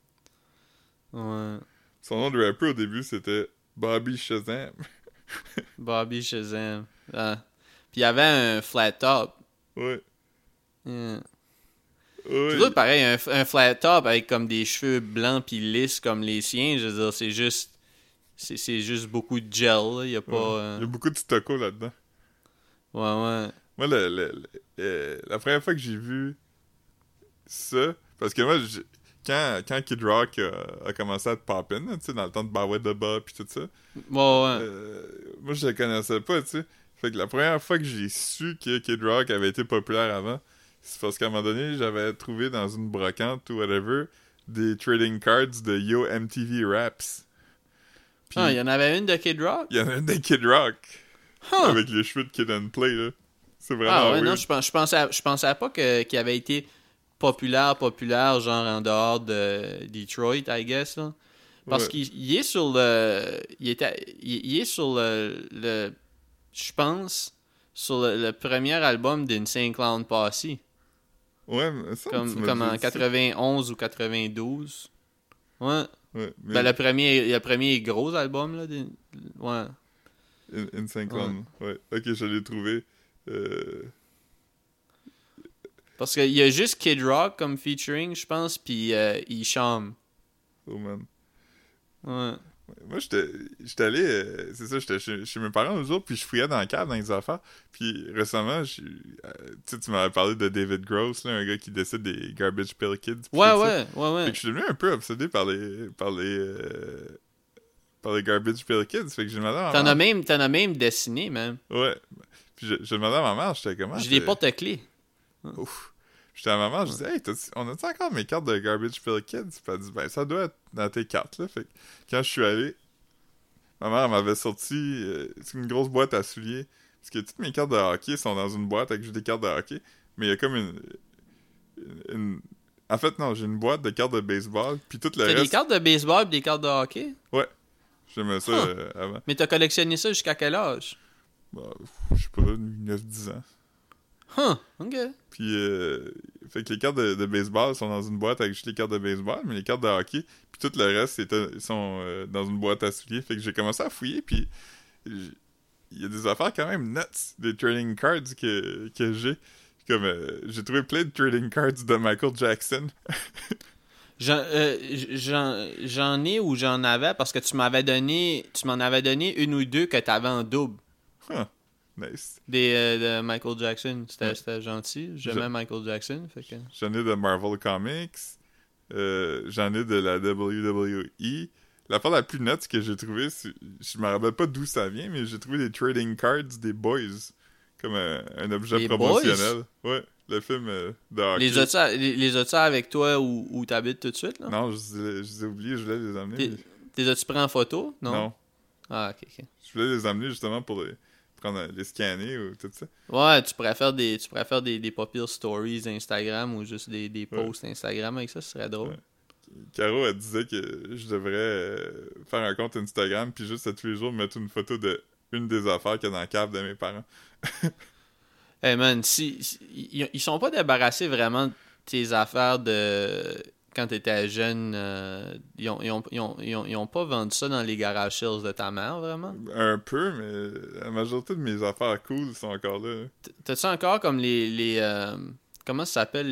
Son nom de rapper au début, c'était Bobby Shazam. Bobby Shazam. Ah. Puis il y avait un flat top. Ouais. Yeah. Ouais. C'est tout pareil, un flat top avec comme des cheveux blancs pis lisses comme les siens, je veux dire, c'est juste beaucoup de gel, là. Il y a pas... Il y a beaucoup de stocko là-dedans. Ouais. Moi, la première fois que j'ai vu ça, parce que moi, quand Kid Rock a commencé à être poppin', tu sais, dans le temps de Bawet de Bas pis tout ça, ouais. moi, je le connaissais pas, tu sais. Fait que la première fois que j'ai su que Kid Rock avait été populaire avant, c'est parce qu'à un moment donné, j'avais trouvé dans une brocante ou whatever des trading cards de Yo MTV Raps. Puis, il y en avait une de Kid Rock? Il y en a une de Kid Rock. Avec les cheveux de Kid and Play, là. C'est vraiment weird. Non, je pensais pas qu'il avait été populaire, genre en dehors de Detroit, I guess, là. Parce qu'il est sur le... Il est sur le je pense, sur le premier album d'Insane Clown Posse. Ouais, mais ça, comme en 91 ou 92. Ouais. Mais... Ben, le premier gros album, là. Ouais. Insane Clown. Ouais. Ok, je l'ai trouvé. Parce qu'il y a juste Kid Rock comme featuring, je pense, puis il chante. Oh man. Ouais. Moi, j'étais allé... c'est ça, j'étais chez mes parents l'autre jour, puis je fouillais dans la cave, dans les affaires. Puis récemment, tu m'avais parlé de David Gross, là, un gars qui décide des Garbage Pail Kids. Ouais. Fait que je suis devenu un peu obsédé par les Garbage Pail Kids. Fait que j'ai demandé à ma mère... T'en as même dessiné, même. Ouais. Puis j'ai demandé à ma mère, j'étais comment... J'ai des porte-clés. Ouf. J'étais à ma mère, je disais, hey, on a-tu encore mes cartes de Garbage Pail Kids? Puis elle dit, ben, ça doit être dans tes cartes, là. Fait que quand je suis allé, ma mère m'avait sorti une grosse boîte à souliers. Parce que toutes mes cartes de hockey sont dans une boîte avec juste des cartes de hockey. Mais il y a comme une... En fait, non, j'ai une boîte de cartes de baseball. Puis tout le reste... T'as des cartes de baseball et des cartes de hockey? Ouais. J'aimais ça avant. Mais t'as collectionné ça jusqu'à quel âge? Bah, je sais pas, 9-10 ans. Ok. Puis, fait que les cartes de baseball sont dans une boîte avec juste les cartes de baseball, mais les cartes de hockey, puis tout le reste sont dans une boîte à souliers. Fait que j'ai commencé à fouiller, puis il y a des affaires quand même nuts, des trading cards que j'ai. Comme, j'ai trouvé plein de trading cards de Michael Jackson. J'en ai ou j'en avais parce que tu m'en avais donné une ou deux que t'avais en double. Nice. De Michael Jackson. C'était gentil. J'aimais Michael Jackson. Fait que... J'en ai de Marvel Comics. J'en ai de la WWE. L'affaire la plus nette que j'ai trouvée, je me rappelle pas d'où ça vient, mais j'ai trouvé des trading cards des Boys. Comme un objet les promotionnel. Boys? Ouais, le film de hockey. Les as-tu avec toi où t'habites tout de suite, là? Non, je les ai oubliés, je voulais les amener. T'es as-tu pris en photo? Non. Ah, ok. Je voulais les amener justement pour les scanner ou tout ça. Ouais, tu pourrais faire des pas pires stories Instagram ou juste des posts Instagram avec ça, ce serait drôle. Ouais. Caro, elle disait que je devrais faire un compte Instagram puis juste à tous les jours mettre une photo de une des affaires qu'il y a dans la cave de mes parents. Hey man, ils sont pas débarrassés vraiment de tes affaires de quand t'étais jeune. Ils ont pas vendu ça dans les garage sales de ta mère, vraiment? Un peu, mais la majorité de mes affaires cool sont encore là. T'as-tu encore comme les comment ça s'appelle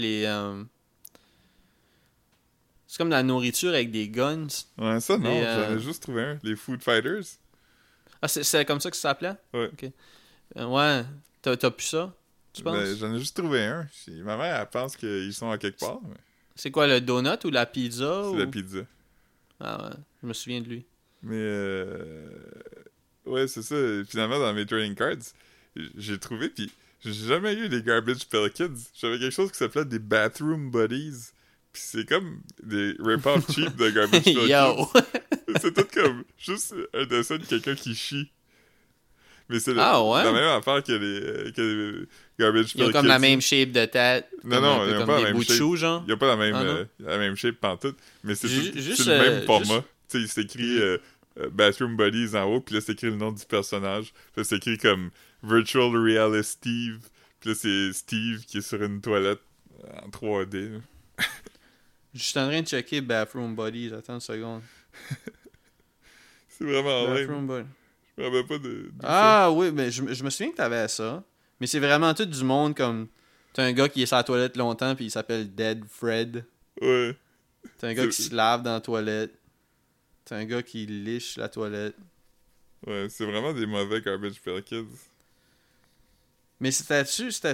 c'est comme de la nourriture avec des guns. Ouais, ça non, j'en ai juste trouvé un. Les Food Fighters. Ah, c'est comme ça que ça s'appelait? Ouais. Ok. Ouais. T'as plus ça? Tu penses? Ben, j'en ai juste trouvé un. Ma mère, elle pense qu'ils sont à quelque part. Mais... C'est quoi, le donut ou la pizza? C'est la pizza. Ah ouais, je me souviens de lui. Mais ouais, c'est ça. Finalement, dans mes trading cards, j'ai trouvé, puis j'ai jamais eu les Garbage Pail Kids. J'avais quelque chose qui s'appelait des Bathroom Buddies. Puis c'est comme des rip-off cheap de Garbage Pail Kids. C'est tout comme juste un dessin de quelqu'un qui chie. Mais c'est la même affaire que les Garbage Pail Kids. Ils ont comme la même shape de tête. Non, ils ont pas la même shape. Genre. Il n'y a pas la même shape pantoute. Mais c'est juste le même format. Tu sais, il s'écrit Bathroom Buddies en haut, puis là, c'est écrit le nom du personnage. Puis là, c'est écrit comme Virtual Reality Steve. Puis là, c'est Steve qui est sur une toilette en 3D. Je suis en train de checker Bathroom Buddies. Attends une seconde. C'est vraiment Bathroom Buddies. Je me rappelle pas de ça. Oui, mais je me souviens que t'avais ça. Mais c'est vraiment tout du monde comme... T'as un gars qui est sur la toilette longtemps, puis il s'appelle Dead Fred. Ouais. T'as un gars qui se lave dans la toilette. T'as un gars qui liche la toilette. Ouais, c'est vraiment des mauvais Garbage Pail Kids. Mais c'était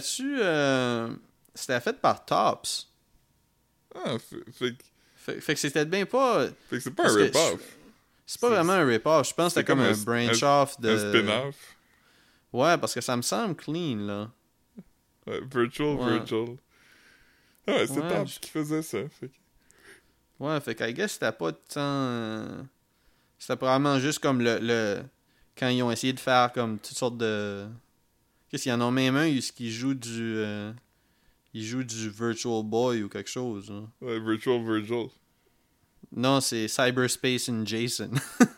fait par Tops. Ah, fait que c'était bien pas... Fait que c'est pas un rip-off. C'est pas vraiment un rip-off. Je pense que c'était comme un branch-off de... Un spin-off. Ouais, parce que ça me semble clean, là. Ouais, Virtual. Ah ouais, c'est Tops qui faisait ça. Ouais, fait que I guess c'était pas tant... C'était probablement juste comme le... Quand ils ont essayé de faire comme toutes sortes de... Qu'est-ce qu'il y en a même un qui joue du... Il joue du Virtual Boy ou quelque chose. Hein. Ouais, Virtual Virgil. Non, c'est Cyberspace and Jason.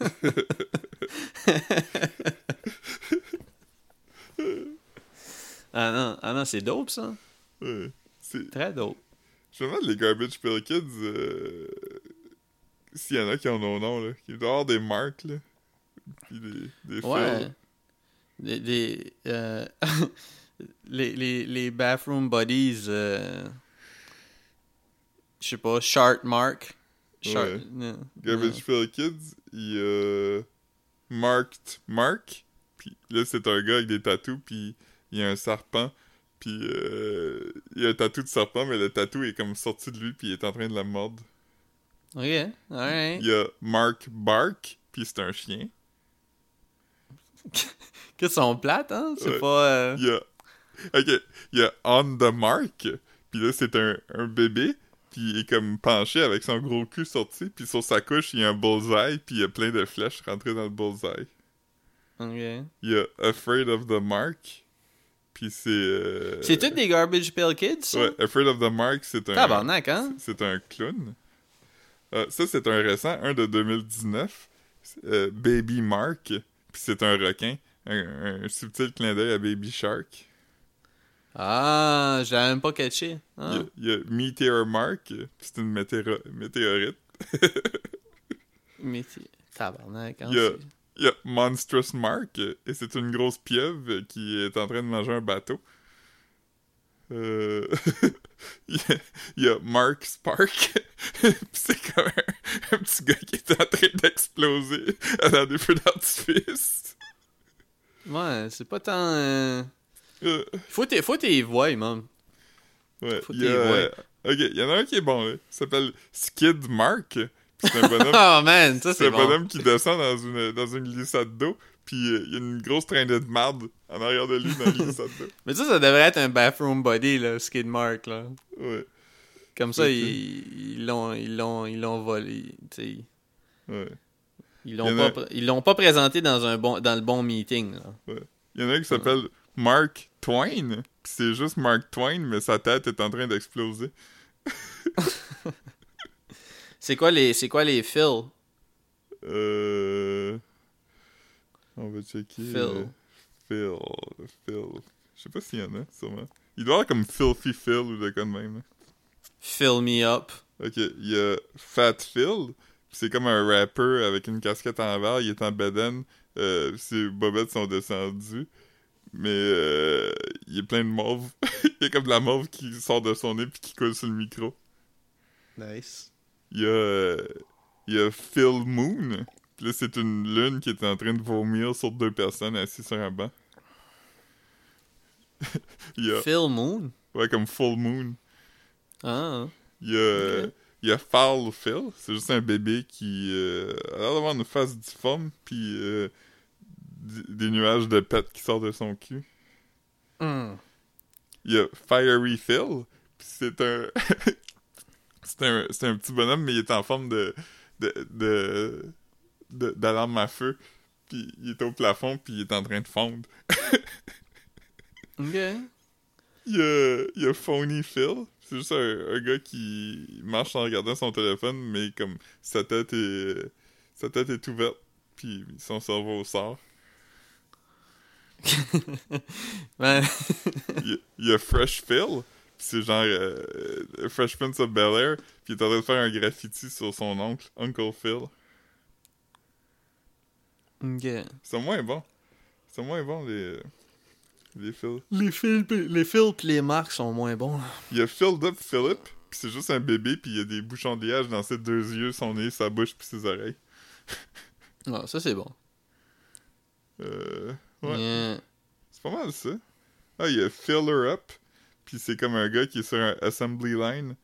Ah non, c'est dope ça. Ouais, c'est très dope. Je me demande les Garbage Pail Kids s'il y en a qui en ont nom là. Il doit y avoir des marques là. Puis des ouais. Les Bathroom Buddies je sais pas, Shart Mark. Ouais. Garbage Pail Kids, il y a Marked Mark. Puis là, c'est un gars avec des tatous, puis il y a un serpent. Puis il y a un tatou de serpent, mais le tatou est comme sorti de lui, puis il est en train de la mordre. Ok, alright. Il y a Mark Bark, puis c'est un chien. Que sont plates, hein? C'est pas... Il y a... Ok, il y a On the Mark, puis là, c'est un bébé. Puis il est comme penché avec son gros cul sorti. Puis sur sa couche, il y a un bullseye. Puis il y a plein de flèches rentrées dans le bullseye. Ok. Il y a Afraid of the Mark. Puis c'est... C'est tous des Garbage Pail Kids, ça? Ouais, Afraid of the Mark, c'est un... Tabarnak, hein? C'est un clown. Ça, c'est un récent, un de 2019. Baby Mark. Puis c'est un requin. Un subtil clin d'œil à Baby Shark. Ah, je l'avais même pas catché. Hein? Il y a Meteor Mark, puis c'est une météorite. Tabarnak, hein? Il y a Monstrous Mark, et c'est une grosse pieuvre qui est en train de manger un bateau. Il y a Mark Spark, puis c'est comme un petit gars qui est en train d'exploser dans des feux d'artifice. Ouais, c'est pas tant... Faut t'y voir, man. Ouais, ok, il y en a un qui est bon, là. Il s'appelle Skid Mark. C'est un bonhomme... Oh man, ça c'est bon. C'est un bonhomme qui descend dans une glissade d'eau, puis il y a une grosse traînée de marde en arrière de lui dans la glissade d'eau. Mais ça devrait être un Bathroom Buddy, là, Skid Mark, là. Ouais. Comme ça, ils l'ont volé, tu sais. Ouais. Ils l'ont pas présenté dans le bon meeting. Là. Ouais. Il y en a un qui s'appelle Mark Twain. Pis c'est juste Mark Twain, mais sa tête est en train d'exploser. C'est quoi les Phil? On va checker. Phil. Phil. Je sais pas s'il y en a, sûrement. Il doit y avoir comme Filthy Phil ou de quoi de même. Là. Fill me up. Ok, il y a Fat Phil. C'est comme un rapper avec une casquette en verre. Il est en bedaine. Ses bobettes sont descendues. Mais il y a plein de mauve. Il y a comme de la mauve qui sort de son nez puis qui coule sur le micro. Nice. Il y a Phil Moon. Puis là, c'est une lune qui est en train de vomir sur 2 personnes assises sur un banc. Phil Moon? Ouais, comme Full Moon. Ah. Il y a Foul Phil. C'est juste un bébé qui a l'air d'avoir une face difforme puis des nuages de pète qui sortent de son cul. Mm. Il y a Fiery Phil. Puis c'est un... c'est un petit bonhomme, mais il est en forme d'alarme à feu. Puis il est au plafond, puis il est en train de fondre. Ok. Il y a Phony Phil. C'est juste un gars qui marche en regardant son téléphone, mais comme sa tête est ouverte, puis son cerveau sort. Ben... Il y a Fresh Phil. C'est genre Fresh Prince of Bel-Air, puis il est en train de faire un graffiti sur son oncle, Uncle Phil. Ok. C'est moins bon. C'est moins bon, les Phil. Les Phil pis les Mark sont moins bons. Il y a Filled Up Philip, puis c'est juste un bébé, puis il y a des bouchons de liage dans ses 2 yeux, son nez, sa bouche, puis ses oreilles. Ah, ça c'est bon. Ouais. Yeah. C'est pas mal ça. Ah, il y a Filler Up, puis c'est comme un gars qui est sur un assembly line.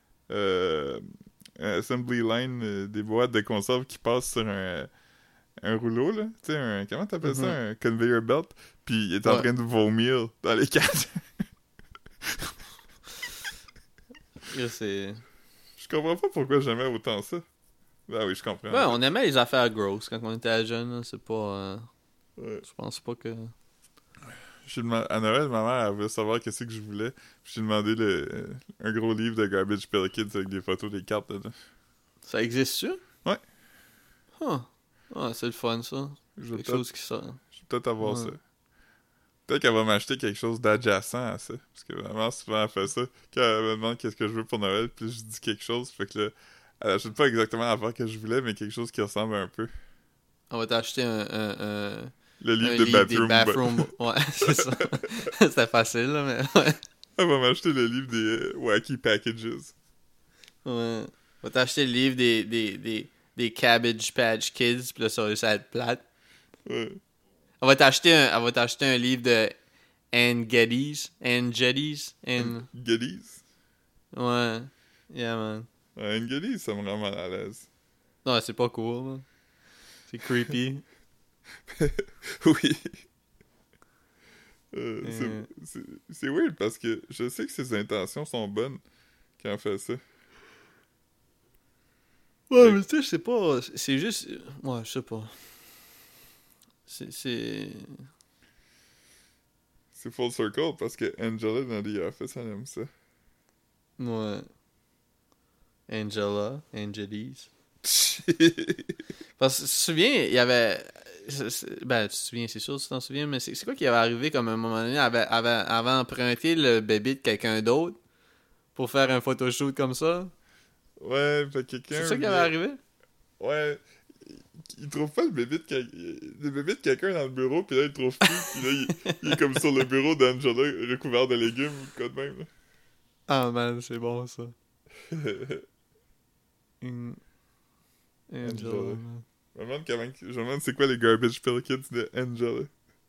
Un assembly line des boîtes de conserve qui passe sur un rouleau, là. Tu sais, comment t'appelles ça? Un conveyor belt. Puis il est en train de vomir dans les cages. C'est... Je comprends pas pourquoi j'aimais autant ça. Ben oui, je comprends. Ouais, on aimait les affaires grosses quand on était jeune. C'est pas... Ouais. Je pense pas que... À Noël, ma mère, elle veut savoir qu'est-ce que je voulais. Puis j'ai demandé un gros livre de Garbage Pail Kids avec des photos des cartes dedans. Ça existe-tu? Ouais. Huh. Ah, c'est le fun, ça. Quelque chose qui sort. Je vais peut-être avoir ça. Peut-être qu'elle va m'acheter quelque chose d'adjacent à ça. Parce que vraiment, souvent, elle fait ça. Quand elle me demande qu'est-ce que je veux pour Noël, puis je dis quelque chose, fait que là, elle achète pas exactement l'affaire que je voulais, mais quelque chose qui ressemble un peu. On va t'acheter le livre de Bathroom. Ouais, c'est ça. C'était facile, là, mais ouais. Elle va m'acheter le livre des Wacky Packages. Ouais. On va t'acheter le livre des Cabbage Patch Kids, puis là, ça va être plate. Ouais. On va t'acheter un livre de Anne Geddes. Geddes? Ouais. Yeah, man. Anne Geddes, ça me rend mal à l'aise. Non, c'est pas cool, là. C'est creepy. Oui. C'est weird parce que je sais que ses intentions sont bonnes quand elle fait ça. Ouais, mais tu sais, je sais pas. C'est juste. Ouais, je sais pas. C'est full circle parce que Angela dans The Office, elle aime ça. Ouais. Angelis. Parce que tu te souviens, il y avait. Ben, tu te souviens, c'est sûr, tu t'en souviens, mais c'est quoi qui avait arrivé comme à un moment donné? Avait emprunté le bébé de quelqu'un d'autre pour faire un photoshoot comme ça? Ouais, fait quelqu'un. C'est ça qui avait arrivé? Ouais. Il trouve pas le bébé de quelqu'un dans le bureau, puis là, il le trouve plus, puis là, il est comme sur le bureau d'Angela, recouvert de légumes, ou quoi de même. Là. Ah, man, c'est bon, ça. Angela. Je me demande c'est quoi les Garbage Pail Kids de Angela.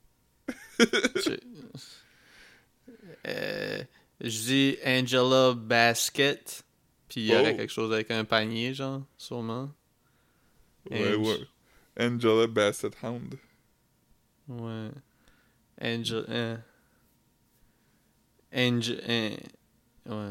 Je dis Angela Basket, puis il y aurait quelque chose avec un panier, genre, sûrement. Ouais. Angela Bassett Hound. Ouais. Ouais.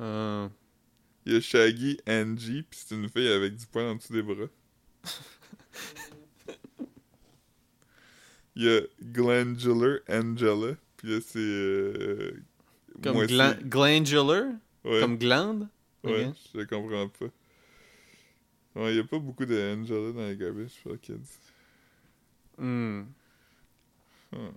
Il y a Shaggy Angie, pis c'est une fille avec du poil en dessous des bras. Il y a Glandular Angela. Puis là, c'est... Comme glandular? Ouais. Comme glande? Ouais, Ok. je comprends pas. Ouais, il y a pas beaucoup de Angela dans les Garbage Pail Kids. Hmm. Hmm.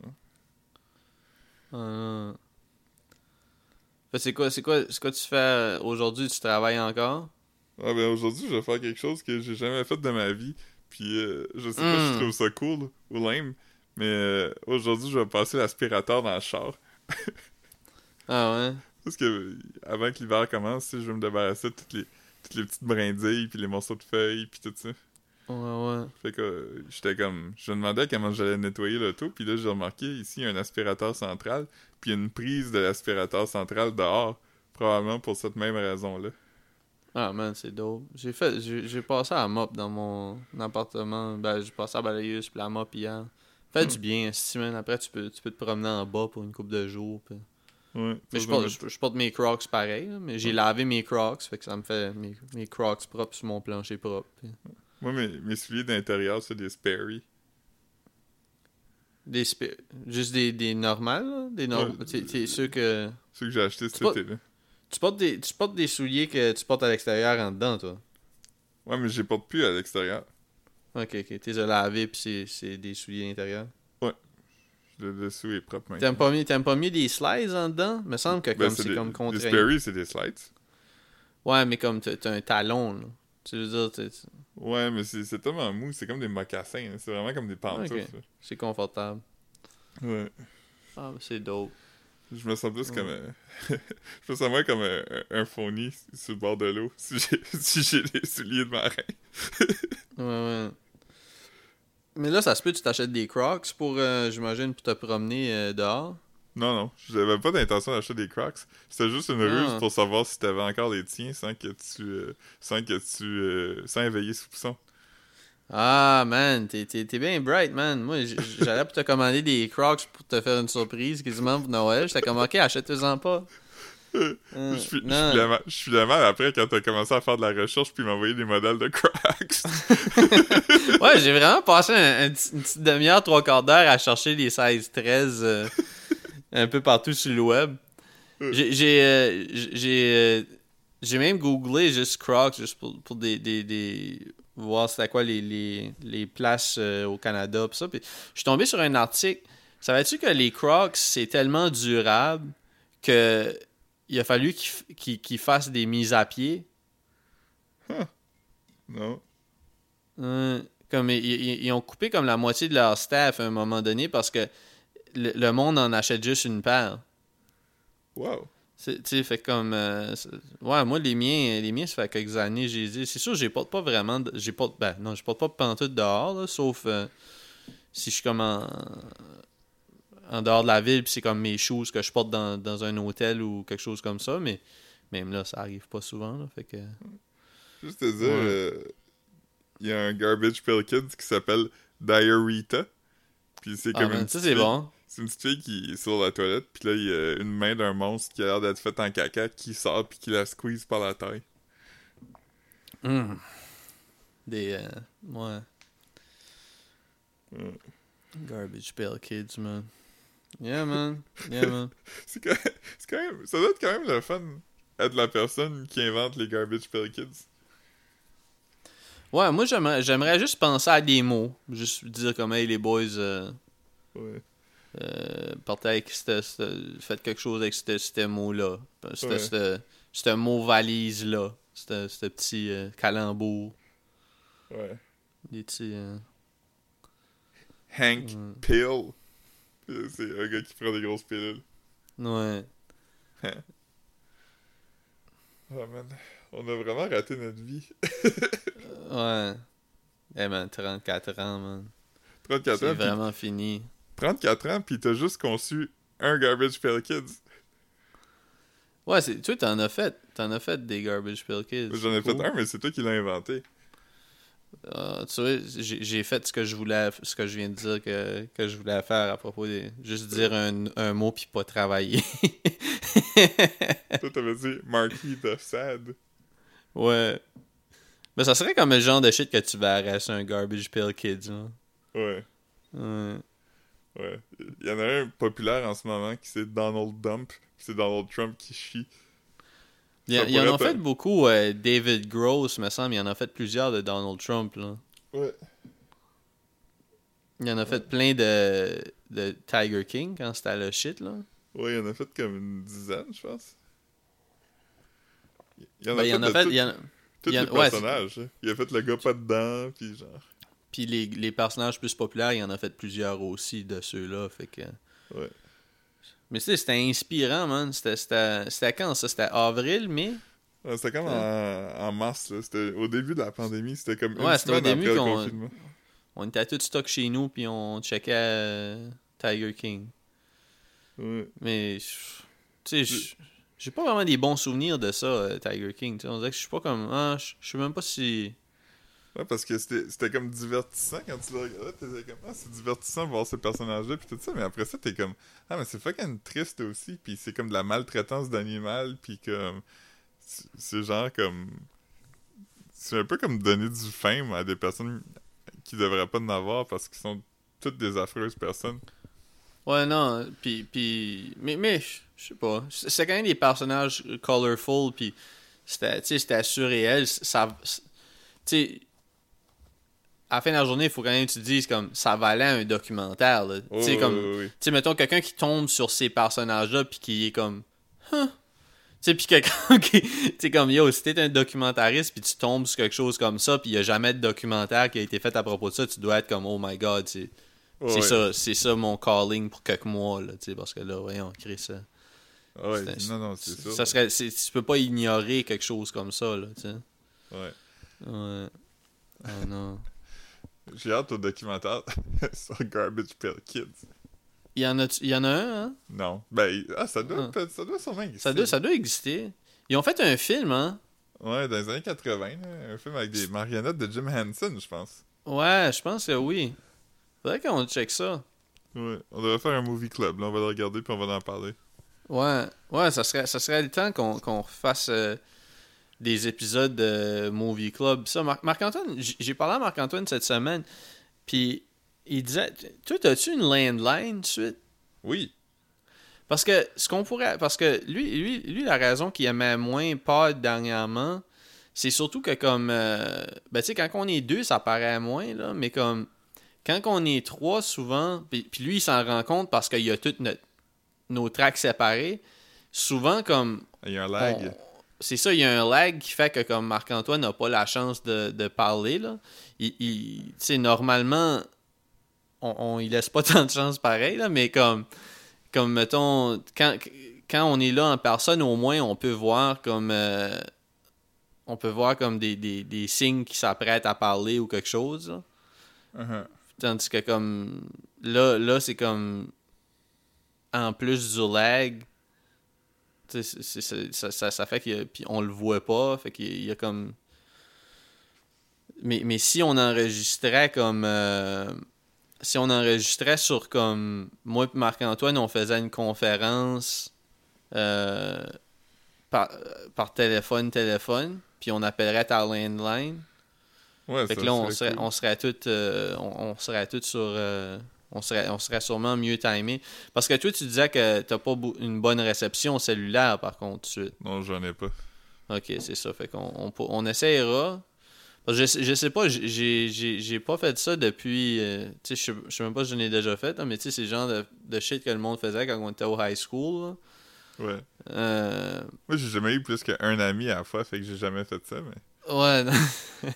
Fait, c'est quoi tu fais aujourd'hui? Tu travailles encore? Ah ben aujourd'hui, je vais faire quelque chose que j'ai jamais fait de ma vie. Puis je sais pas si je trouve ça cool ou lame, mais aujourd'hui, je vais passer l'aspirateur dans le char. Ah ouais? Parce que avant que l'hiver commence, tu sais, je vais me débarrasser de toutes les petites brindilles, puis les morceaux de feuilles, puis tout ça. Ouais. Fait que j'étais comme... Je me demandais comment j'allais nettoyer l'auto, puis là, j'ai remarqué, ici, il y a un aspirateur central, puis il y a une prise de l'aspirateur central dehors, probablement pour cette même raison-là. Ah man, c'est dope. J'ai passé à la mop dans mon appartement. Ben, j'ai passé à la balayeuse puis la mop hier. Fait du bien, si man. Après, tu peux te promener en bas pour une couple de jours. Puis... Ouais. Mais je porte mes Crocs pareil, là, mais j'ai lavé mes Crocs, fait que ça me fait mes Crocs propres sur mon plancher propre. Puis... Moi, mes souliers d'intérieur, c'est des Sperry. Juste des normales, là? T'es sûr que... Ceux que j'ai achetés cet été-là. Tu portes des souliers que tu portes à l'extérieur en dedans, toi? Ouais, mais je les porte plus à l'extérieur. Ok. T'es lavé pis c'est des souliers intérieurs. Ouais. Le dessous est propre T'aimes maintenant. pas mieux des slides en dedans? Me semble que c'est comme contraint. Les Sperry, c'est des slides. Ouais, mais comme t'as un talon, là. Tu veux dire, Ouais, mais c'est tellement mou, c'est comme des mocassins. Hein. C'est vraiment comme des pantoufles. Ok. C'est confortable. Ouais. Ah, c'est dope. Je me sens plus comme... je me sens moins comme un phony sur le bord de l'eau si j'ai des souliers de marin. Ouais. Mais là, ça se peut que tu t'achètes des Crocs pour, j'imagine, pour te promener dehors? Non, j'avais pas d'intention d'acheter des Crocs. C'était juste une ruse pour savoir si t'avais encore les tiens sans éveiller soupçon. Ah, man, t'es bien bright, man. Moi, j'allais pour te commander des Crocs pour te faire une surprise quasiment pour Noël. J'étais comme, ok, achète-en pas. Je suis la mal après quand t'as commencé à faire de la recherche puis m'envoyer des modèles de Crocs. Ouais, j'ai vraiment passé une petite demi-heure, 3/4 d'heure à chercher les 16-13 un peu partout sur le web. J'ai même googlé juste Crocs juste pour des voir c'était quoi les places au Canada pis ça. Puis je suis tombé sur un article. Savais-tu que les Crocs c'est tellement durable que il a fallu qu'ils fassent des mises à pied? Non. Comme ils ont coupé comme la moitié de leur staff à un moment donné parce que le monde en achète juste une paire. Wow. Tu sais, fait comme... ouais, moi, les miens, ça fait quelques années, j'ai dit... C'est sûr, je les porte pas vraiment... Je porte pas pantoute dehors, là, sauf si je suis comme en dehors de la ville, puis c'est comme mes shoes que je porte dans un hôtel ou quelque chose comme ça, mais même là, ça arrive pas souvent, là, fait que... Juste te dire, il y a un Garbage Pail Kid qui s'appelle Diarrhea. Puis c'est comme une ça, c'est bon. C'est une petite fille qui est sur la toilette, puis là, il y a une main d'un monstre qui a l'air d'être faite en caca qui sort puis qui la squeeze par la taille. Ouais. Garbage Pail Kids, man. Yeah, man. c'est quand même... Ça doit être quand même le fun être la personne qui invente les Garbage Pail Kids. Ouais, moi, j'aimerais juste penser à des mots. Juste dire comme, hey, les boys... Ouais. Partez avec faites quelque chose avec ce mot-là. Ce mot valise-là. Ce petit calembour. Ouais. Des petits... Hank Pill. C'est un gars qui prend des grosses pilules. Ouais. Oh man, on a vraiment raté notre vie. Ouais. Eh man, 34 ans, man. 34 ans. C'est vraiment fini. 34 ans, pis t'as juste conçu un Garbage Pail Kids. Ouais, toi, t'en as fait des Garbage Pail Kids. J'en ai fait un, mais c'est toi qui l'as inventé. Tu vois, j'ai fait ce que je viens de dire que je voulais faire à propos de juste dire un mot puis pas travailler. Toi, t'avais dit Marquis the Sad. Ouais. Mais ça serait comme le genre de shit que tu verrais sur un Garbage Pail Kids, là. Ouais. Ouais. Ouais. Il y en a un populaire en ce moment qui c'est Donald Dump. C'est Donald Trump qui chie. Il y en a fait beaucoup. David Gross, me semble, il en a fait plusieurs de Donald Trump, là. Ouais. Il en a fait plein de Tiger King quand c'était le shit, là. Ouais, il en a fait comme une dizaine, je pense. Il en a fait... Tous les personnages. Il a fait le gars pas dedans, puis genre... Puis les personnages plus populaires, il en a fait plusieurs aussi de ceux-là, fait que... Ouais. Mais tu sais, c'était inspirant, man. C'était quand, ça? C'était avril, mai? Ouais, c'était comme en mars, là. C'était au début de la pandémie. C'était comme une semaine après le confinement. On était tous stock chez nous, puis on checkait Tiger King. Ouais. Mais, tu sais, j'ai pas vraiment des bons souvenirs de ça, Tiger King. T'sais, on dirait que je suis pas comme... je sais même pas si... Ouais, parce que c'était comme divertissant quand tu le regardais. T'étais comme, c'est divertissant de voir ce personnage-là, puis tout ça. Mais après ça, t'es comme, mais c'est fucking triste aussi. Puis c'est comme de la maltraitance d'animal, puis comme... C'est genre comme... C'est un peu comme donner du fame à des personnes qui devraient pas en avoir parce qu'ils sont toutes des affreuses personnes. Ouais, non, puis mais je sais pas. C'est quand même des personnages colorful, puis c'était surréel. Ça, tu sais, à la fin de la journée, il faut quand même que tu te dises comme ça valait un documentaire. Tu sais, comme, tu sais, mettons quelqu'un qui tombe sur ces personnages-là, puis qui est comme, tu sais, puis quelqu'un qui, tu sais, comme, yo, si t'es un documentariste, puis tu tombes sur quelque chose comme ça, puis il y a jamais de documentaire qui a été fait à propos de ça, tu dois être comme, oh my god, c'est ça mon calling pour quelques mois, là, tu sais, parce que là, voyons, crée ça. Ouais, non, c'est ça. Ça serait, tu peux pas ignorer quelque chose comme ça, là, tu sais. Ouais. Ouais. Oh non. J'ai hâte au documentaire sur Garbage Pail Kids. Il y en a un, hein? Non. Ben, ça doit sûrement exister. Ça doit exister. Ils ont fait un film, hein? Ouais, dans les années 80, là, un film avec des marionnettes de Jim Henson, je pense. Ouais, je pense que oui. Faudrait qu'on check ça. Ouais, on devrait faire un movie club, là, on va le regarder puis on va en parler. Ouais, ça serait le temps qu'on fasse des épisodes de Movie Club. Ça, Marc-Antoine, j'ai parlé à Marc-Antoine cette semaine, puis il disait, toi, as-tu une landline de suite? Oui. Parce que lui, la raison qu'il aimait moins Pod dernièrement, c'est surtout que comme, ben tu sais, quand on est deux, ça paraît moins, là, mais comme, quand on est trois, souvent, puis lui, il s'en rend compte parce qu'il y a toutes nos tracks séparés, souvent, comme... Il y a un lag. C'est ça, il y a un lag qui fait que comme Marc-Antoine n'a pas la chance de parler, là. Tu sais, normalement, on il laisse pas tant de chance pareil, là, mais comme mettons, quand on est là en personne, au moins, on peut voir comme des signes qui s'apprêtent à parler ou quelque chose, là. Uh-huh. Tandis que comme là c'est comme en plus du lag, ça fait que puis on le voit pas, fait qu'il y a comme mais si on enregistrait comme si on enregistrait sur comme moi et Marc-Antoine, on faisait une conférence par téléphone, puis on appellerait ta landline. Ouais, fait que là, on serait tous sur... on serait sûrement mieux timé. Parce que toi, tu disais que t'as pas une bonne réception cellulaire, par contre, tout de suite. Non, j'en ai pas. Ok, c'est ça. Fait qu'on on essaiera. Parce que je sais pas, j'ai pas fait ça depuis... tu sais, je sais même pas si je l'ai déjà fait, hein, mais tu sais, c'est le genre de shit que le monde faisait quand on était au high school, là. Ouais. Moi, j'ai jamais eu plus qu'un ami à la fois, fait que j'ai jamais fait ça, mais... Ouais, non.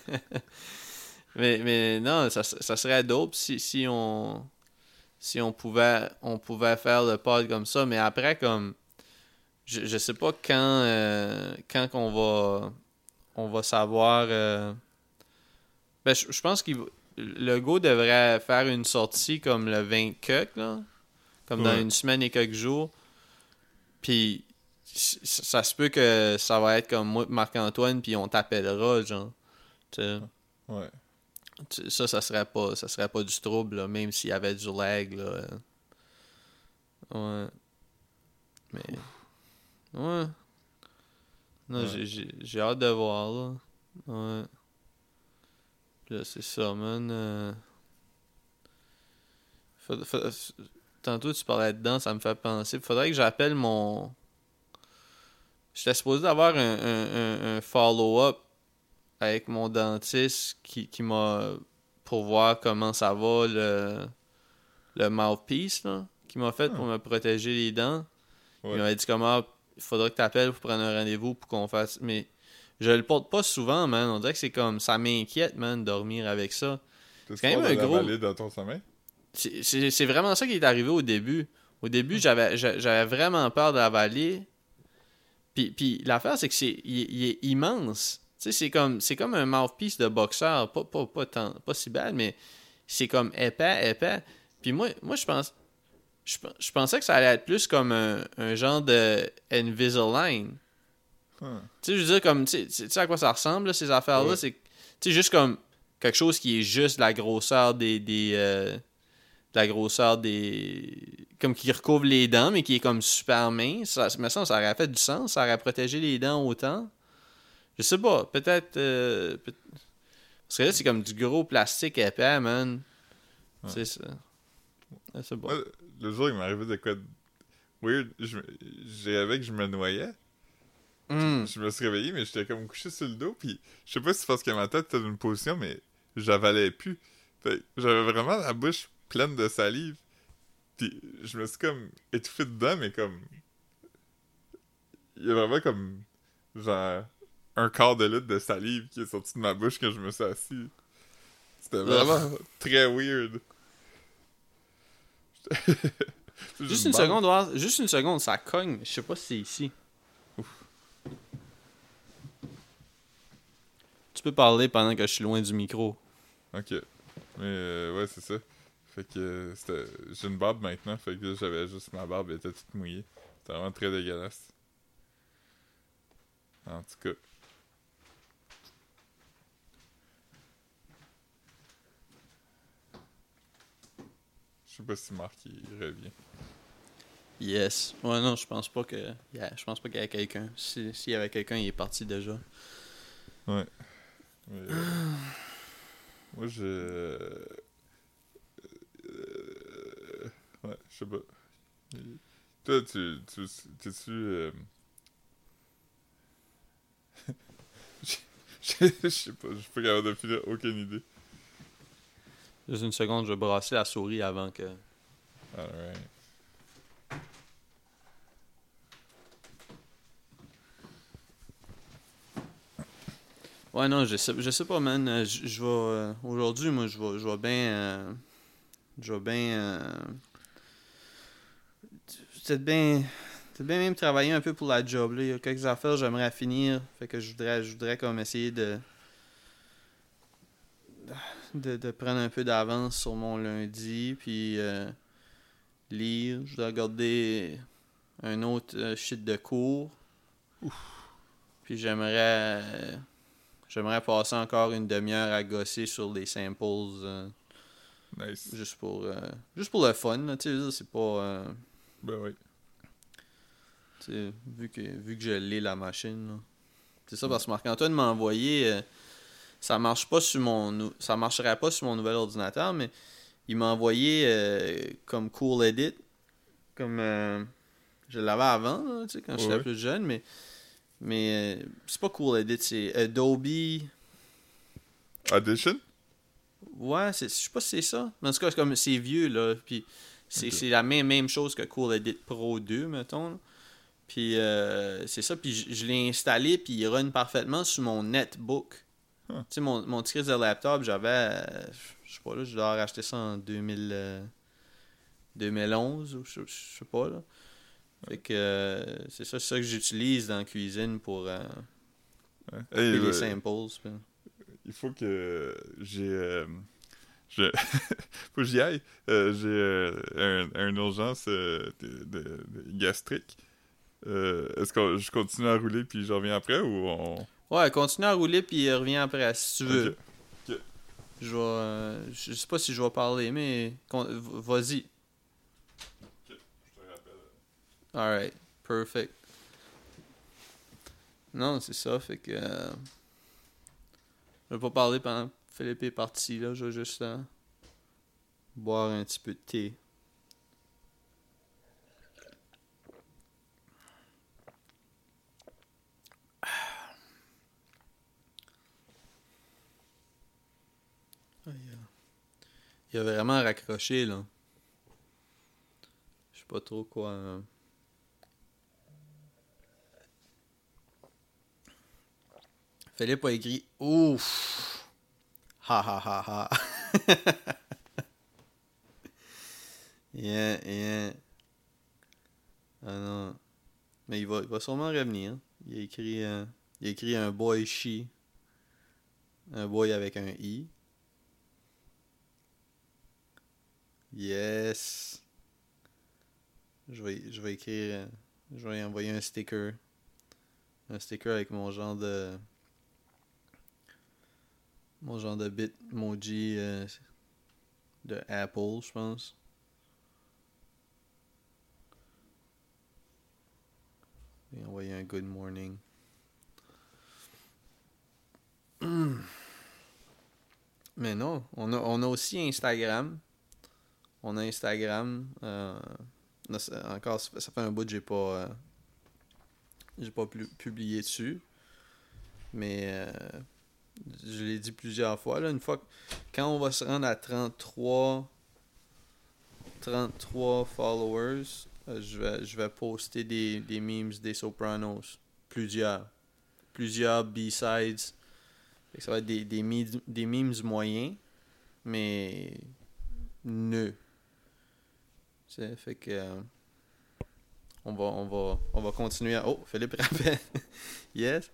mais non, ça serait dope si on pouvait faire le pod comme ça, mais après comme je sais pas quand on va savoir ben je pense le go devrait faire une sortie comme le 20 là, comme dans une semaine et quelques jours. Puis ça se peut que ça va être comme moi Marc-Antoine puis on t'appellera genre. T'sais. Ouais. Ça serait pas du trouble, là, même s'il y avait du lag, là. Ouais. Mais... Ouais. Non, j'ai hâte de voir, là. Ouais. Là, c'est ça, man. Tantôt, tu parlais dedans, ça me fait penser. Faudrait que j'appelle mon... J'étais supposé avoir un follow-up avec mon dentiste qui m'a... Pour voir comment ça va, le mouthpiece, là, qu'il m'a fait pour me protéger les dents. Ouais. Il m'avait dit comment il faudrait que tu appelles pour prendre un rendez-vous pour qu'on fasse... Mais je le porte pas souvent, man. On dirait que c'est comme... Ça m'inquiète, man, de dormir avec ça. C'est quand même un gros... dans ton sommeil? C'est vraiment ça qui est arrivé au début. Au début, j'avais vraiment peur d'avaler. Puis l'affaire, c'est que il est immense. Tu sais, c'est comme un mouthpiece de boxeur. Pas si bad, mais c'est comme épais. Puis moi je pensais que ça allait être plus comme un genre de Invisalign. Tu sais, je veux dire, comme, tu sais à quoi ça ressemble, là, ces affaires-là? C'est, tu sais, juste comme quelque chose qui est juste la grosseur comme qui recouvre les dents, mais qui est comme super mince. Ça me semble, ça aurait fait du sens. Ça aurait protégé les dents autant. Je sais pas. Peut-être... Parce que là, c'est comme du gros plastique épais, man. C'est ça. C'est bon. Moi, le jour, il m'est arrivé de quoi de weird. J'ai rêvé que je me noyais. Je me suis réveillé, mais j'étais comme couché sur le dos. Puis je sais pas si c'est parce que ma tête était dans une position, mais j'avalais plus. Fait, j'avais vraiment la bouche pleine de salive. Puis je me suis comme étouffé dedans, mais comme... Il y a vraiment comme... Genre... un quart de litre de salive qui est sorti de ma bouche quand je me suis assis. C'était vraiment très weird. Juste une seconde, ça cogne. Je sais pas si c'est ici. Ouf. Tu peux parler pendant que je suis loin du micro. Ok. Mais ouais, c'est ça. Fait que j'ai une barbe maintenant, fait que j'avais juste ma barbe, elle était toute mouillée. C'était vraiment très dégueulasse. En tout cas. Je sais pas si Marc il revient. Yes. Ouais, non, je pense pas que. Je pense pas qu'il y avait quelqu'un. S'il y avait quelqu'un, il est parti déjà. Ouais. Mais, moi, ouais, je sais pas. Toi, t'es-tu... Je sais pas, je suis pas capable de finir, aucune idée. Juste une seconde, je vais brasser la souris avant que... Alright. Ouais, non, je sais pas, man. Je vais... aujourd'hui, moi, je vais bien... je vais bien... peut-être bien même travailler un peu pour la job, là. Il y a quelques affaires que j'aimerais finir. Fait que je voudrais comme essayer de prendre un peu d'avance sur mon lundi, puis lire. Je dois regarder un autre shit de cours. Ouf. Puis j'aimerais passer encore une demi-heure à gosser sur les samples. Nice. Juste pour le fun, là, tu sais, c'est pas... Ben oui. Tu sais, vu que je l'ai, la machine, là. C'est ça, parce que Marc-Antoine m'a envoyé... ça marcherait pas sur mon nouvel ordinateur, mais il m'a envoyé comme Cool Edit, comme je l'avais avant, là, tu sais, quand j'étais plus jeune, mais c'est pas Cool Edit, c'est Adobe Audition? Ouais, je sais pas si c'est ça, mais en tout cas, c'est vieux, là, puis c'est la même chose que Cool Edit Pro 2, mettons, là. Puis c'est ça, puis je l'ai installé, puis il run parfaitement sur mon netbook. Tu sais, mon petit de laptop, j'avais, je sais pas, là, je dois avoir acheté ça en 2011, ou je sais pas, là. Fait que c'est ça que j'utilise dans la cuisine pour couper les samples. Puis... Il faut que faut que j'y aille. J'ai une urgence de gastrique. Est-ce que je continue à rouler puis je reviens après ou on... Ouais, continue à rouler puis reviens après si tu veux. Okay. Je sais pas si je vais parler, mais vas-y. Ok, je te rappelle. Alright, perfect. Non, c'est ça, fait que... je vais pas parler pendant Philippe est parti, là. Je vais juste boire un petit peu de thé. Il a vraiment raccroché, là. Je sais pas trop quoi. Philippe a écrit ouf. Ha ha ha ha. Yeah. Ah non. Mais il va sûrement revenir. Il a écrit un boy she. Un boy avec un i. Yes. Je vais écrire. Je vais envoyer un sticker. Un sticker avec mon genre de bitmoji de Apple, je pense. Et envoyer un good morning. Mais non, on a aussi Instagram. On a Instagram. Encore, ça fait un bout que j'ai pas publié dessus. Mais je l'ai dit plusieurs fois. Là, une fois quand on va se rendre à 33 followers, je vais poster des memes des Sopranos. Plusieurs B-sides. Ça va être des memes moyens, mais nœuds. Fait que on va continuer à... Oh, Philippe rappelle. Yes.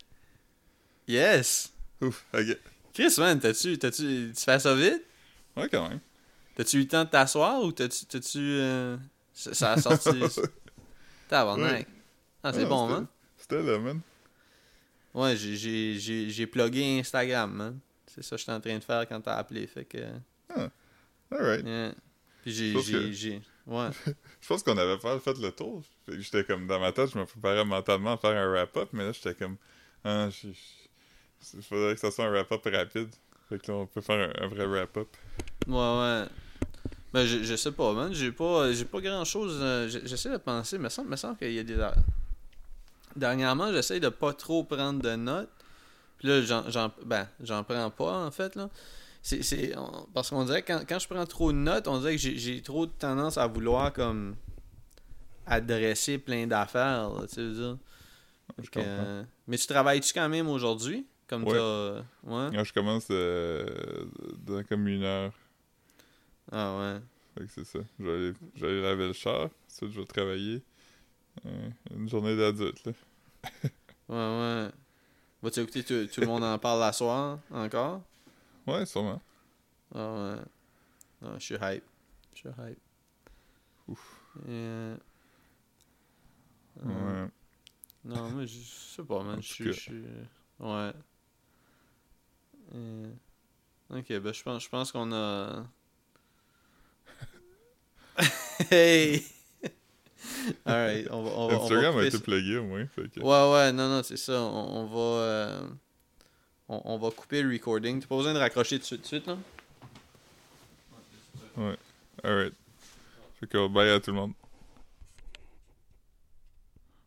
Ouf, ok. Chris, man, tu fais ça vite? Ouais, quand même. T'as-tu eu le temps de t'asseoir ou ça a sorti... Tabarnak. Ouais. Ah, c'est bon, man. C'était là, man. Ouais, j'ai plugué Instagram, man. C'est ça que j'étais en train de faire quand t'as appelé, fait que... Ah, alright. Yeah. Puis ouais. Je pense qu'on avait pas fait le tour. Fait que j'étais comme, dans ma tête, je me préparais mentalement à faire un wrap-up, mais là, j'étais comme, il faudrait que ça soit un wrap-up rapide. Fait que là, on peut faire un vrai wrap-up. Ouais. Ben, je sais pas, man. J'ai pas grand-chose... j'essaie de penser, mais me semble qu'il y a des... Dernièrement, j'essaie de pas trop prendre de notes. Puis là, j'en prends pas, en fait, là. Parce qu'on dirait que quand je prends trop de notes, on dirait que j'ai trop de tendance à vouloir, comme, adresser plein d'affaires, là, tu veux dire. Mais tu travailles-tu quand même aujourd'hui? Comme ouais. t'as... Ouais? Là, je commence dans comme 1 heure. Ah ouais. Fait que c'est ça. Je vais aller laver le char. Ensuite, je vais travailler. Une journée d'adulte, là. Ouais. Vas-tu écouter tout le monde en parle la soir, encore? Ouais, sûrement. Ah ouais. Non, je suis hype. Ouf. Ouais. Non, mais je sais pas, man. Je suis... Ouais. Ok, ben je pense qu'on a... Hey! Alright, on va Instagram a été plugué au moins. Fait que... Ouais, non, c'est ça. On va... On va couper le recording. T'as pas besoin de raccrocher tout de suite, là? Ouais. Alright. Fait que bye à tout le monde.